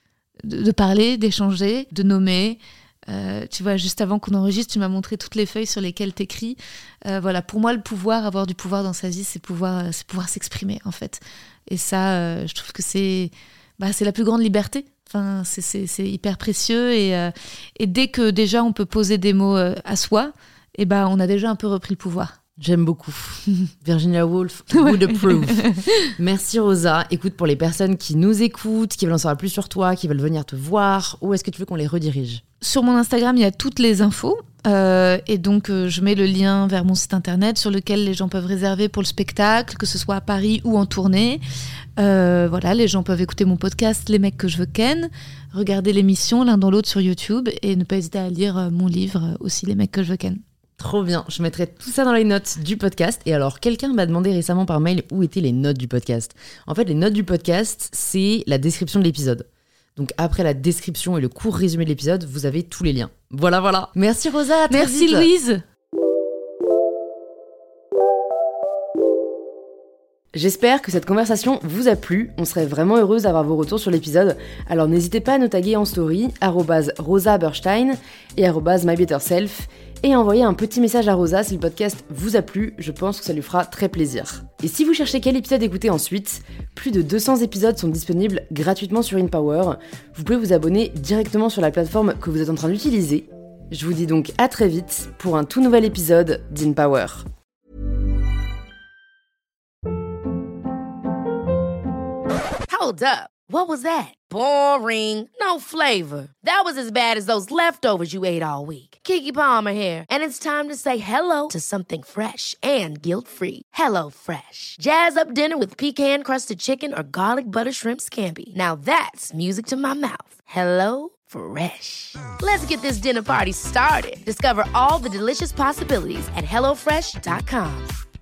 parler, d'échanger, de nommer. Tu vois, juste avant qu'on enregistre, tu m'as montré toutes les feuilles sur lesquelles t'écris. Pour moi, avoir du pouvoir dans sa vie, c'est pouvoir s'exprimer, en fait. Et ça, je trouve que c'est la plus grande liberté. Enfin, c'est hyper précieux. Et dès que déjà on peut poser des mots à soi, on a déjà un peu repris le pouvoir. J'aime beaucoup. Virginia Woolf, would approve. Merci Rosa. Écoute, pour les personnes qui nous écoutent, qui veulent en savoir plus sur toi, qui veulent venir te voir, où est-ce que tu veux qu'on les redirige ? Sur mon Instagram, il y a toutes les infos. Et donc, je mets le lien vers mon site internet sur lequel les gens peuvent réserver pour le spectacle, que ce soit à Paris ou en tournée. Voilà, les gens peuvent écouter mon podcast Les mecs que je veux ken, regarder l'émission l'un dans l'autre sur YouTube et ne pas hésiter à lire mon livre aussi Les mecs que je veux ken. Trop bien, je mettrai tout ça dans les notes du podcast. Et alors, quelqu'un m'a demandé récemment par mail où étaient les notes du podcast. En fait, les notes du podcast, c'est la description de l'épisode. Donc après la description et le court résumé de l'épisode, vous avez tous les liens. Voilà. Merci Rosa, à très vite. Merci Louise. J'espère que cette conversation vous a plu, on serait vraiment heureuse d'avoir vos retours sur l'épisode, alors n'hésitez pas à nous taguer en story, @rosaberstein et @mybetterself, et à envoyer un petit message à Rosa si le podcast vous a plu, je pense que ça lui fera très plaisir. Et si vous cherchez quel épisode écouter ensuite, plus de 200 épisodes sont disponibles gratuitement sur InPower, vous pouvez vous abonner directement sur la plateforme que vous êtes en train d'utiliser. Je vous dis donc à très vite pour un tout nouvel épisode d'InPower. Hold up. What was that? Boring. No flavor. That was as bad as those leftovers you ate all week. Keke Palmer here, and it's time to say hello to something fresh and guilt-free. Hello Fresh. Jazz up dinner with pecan-crusted chicken or garlic butter shrimp scampi. Now that's music to my mouth. Hello Fresh. Let's get this dinner party started. Discover all the delicious possibilities at HelloFresh.com.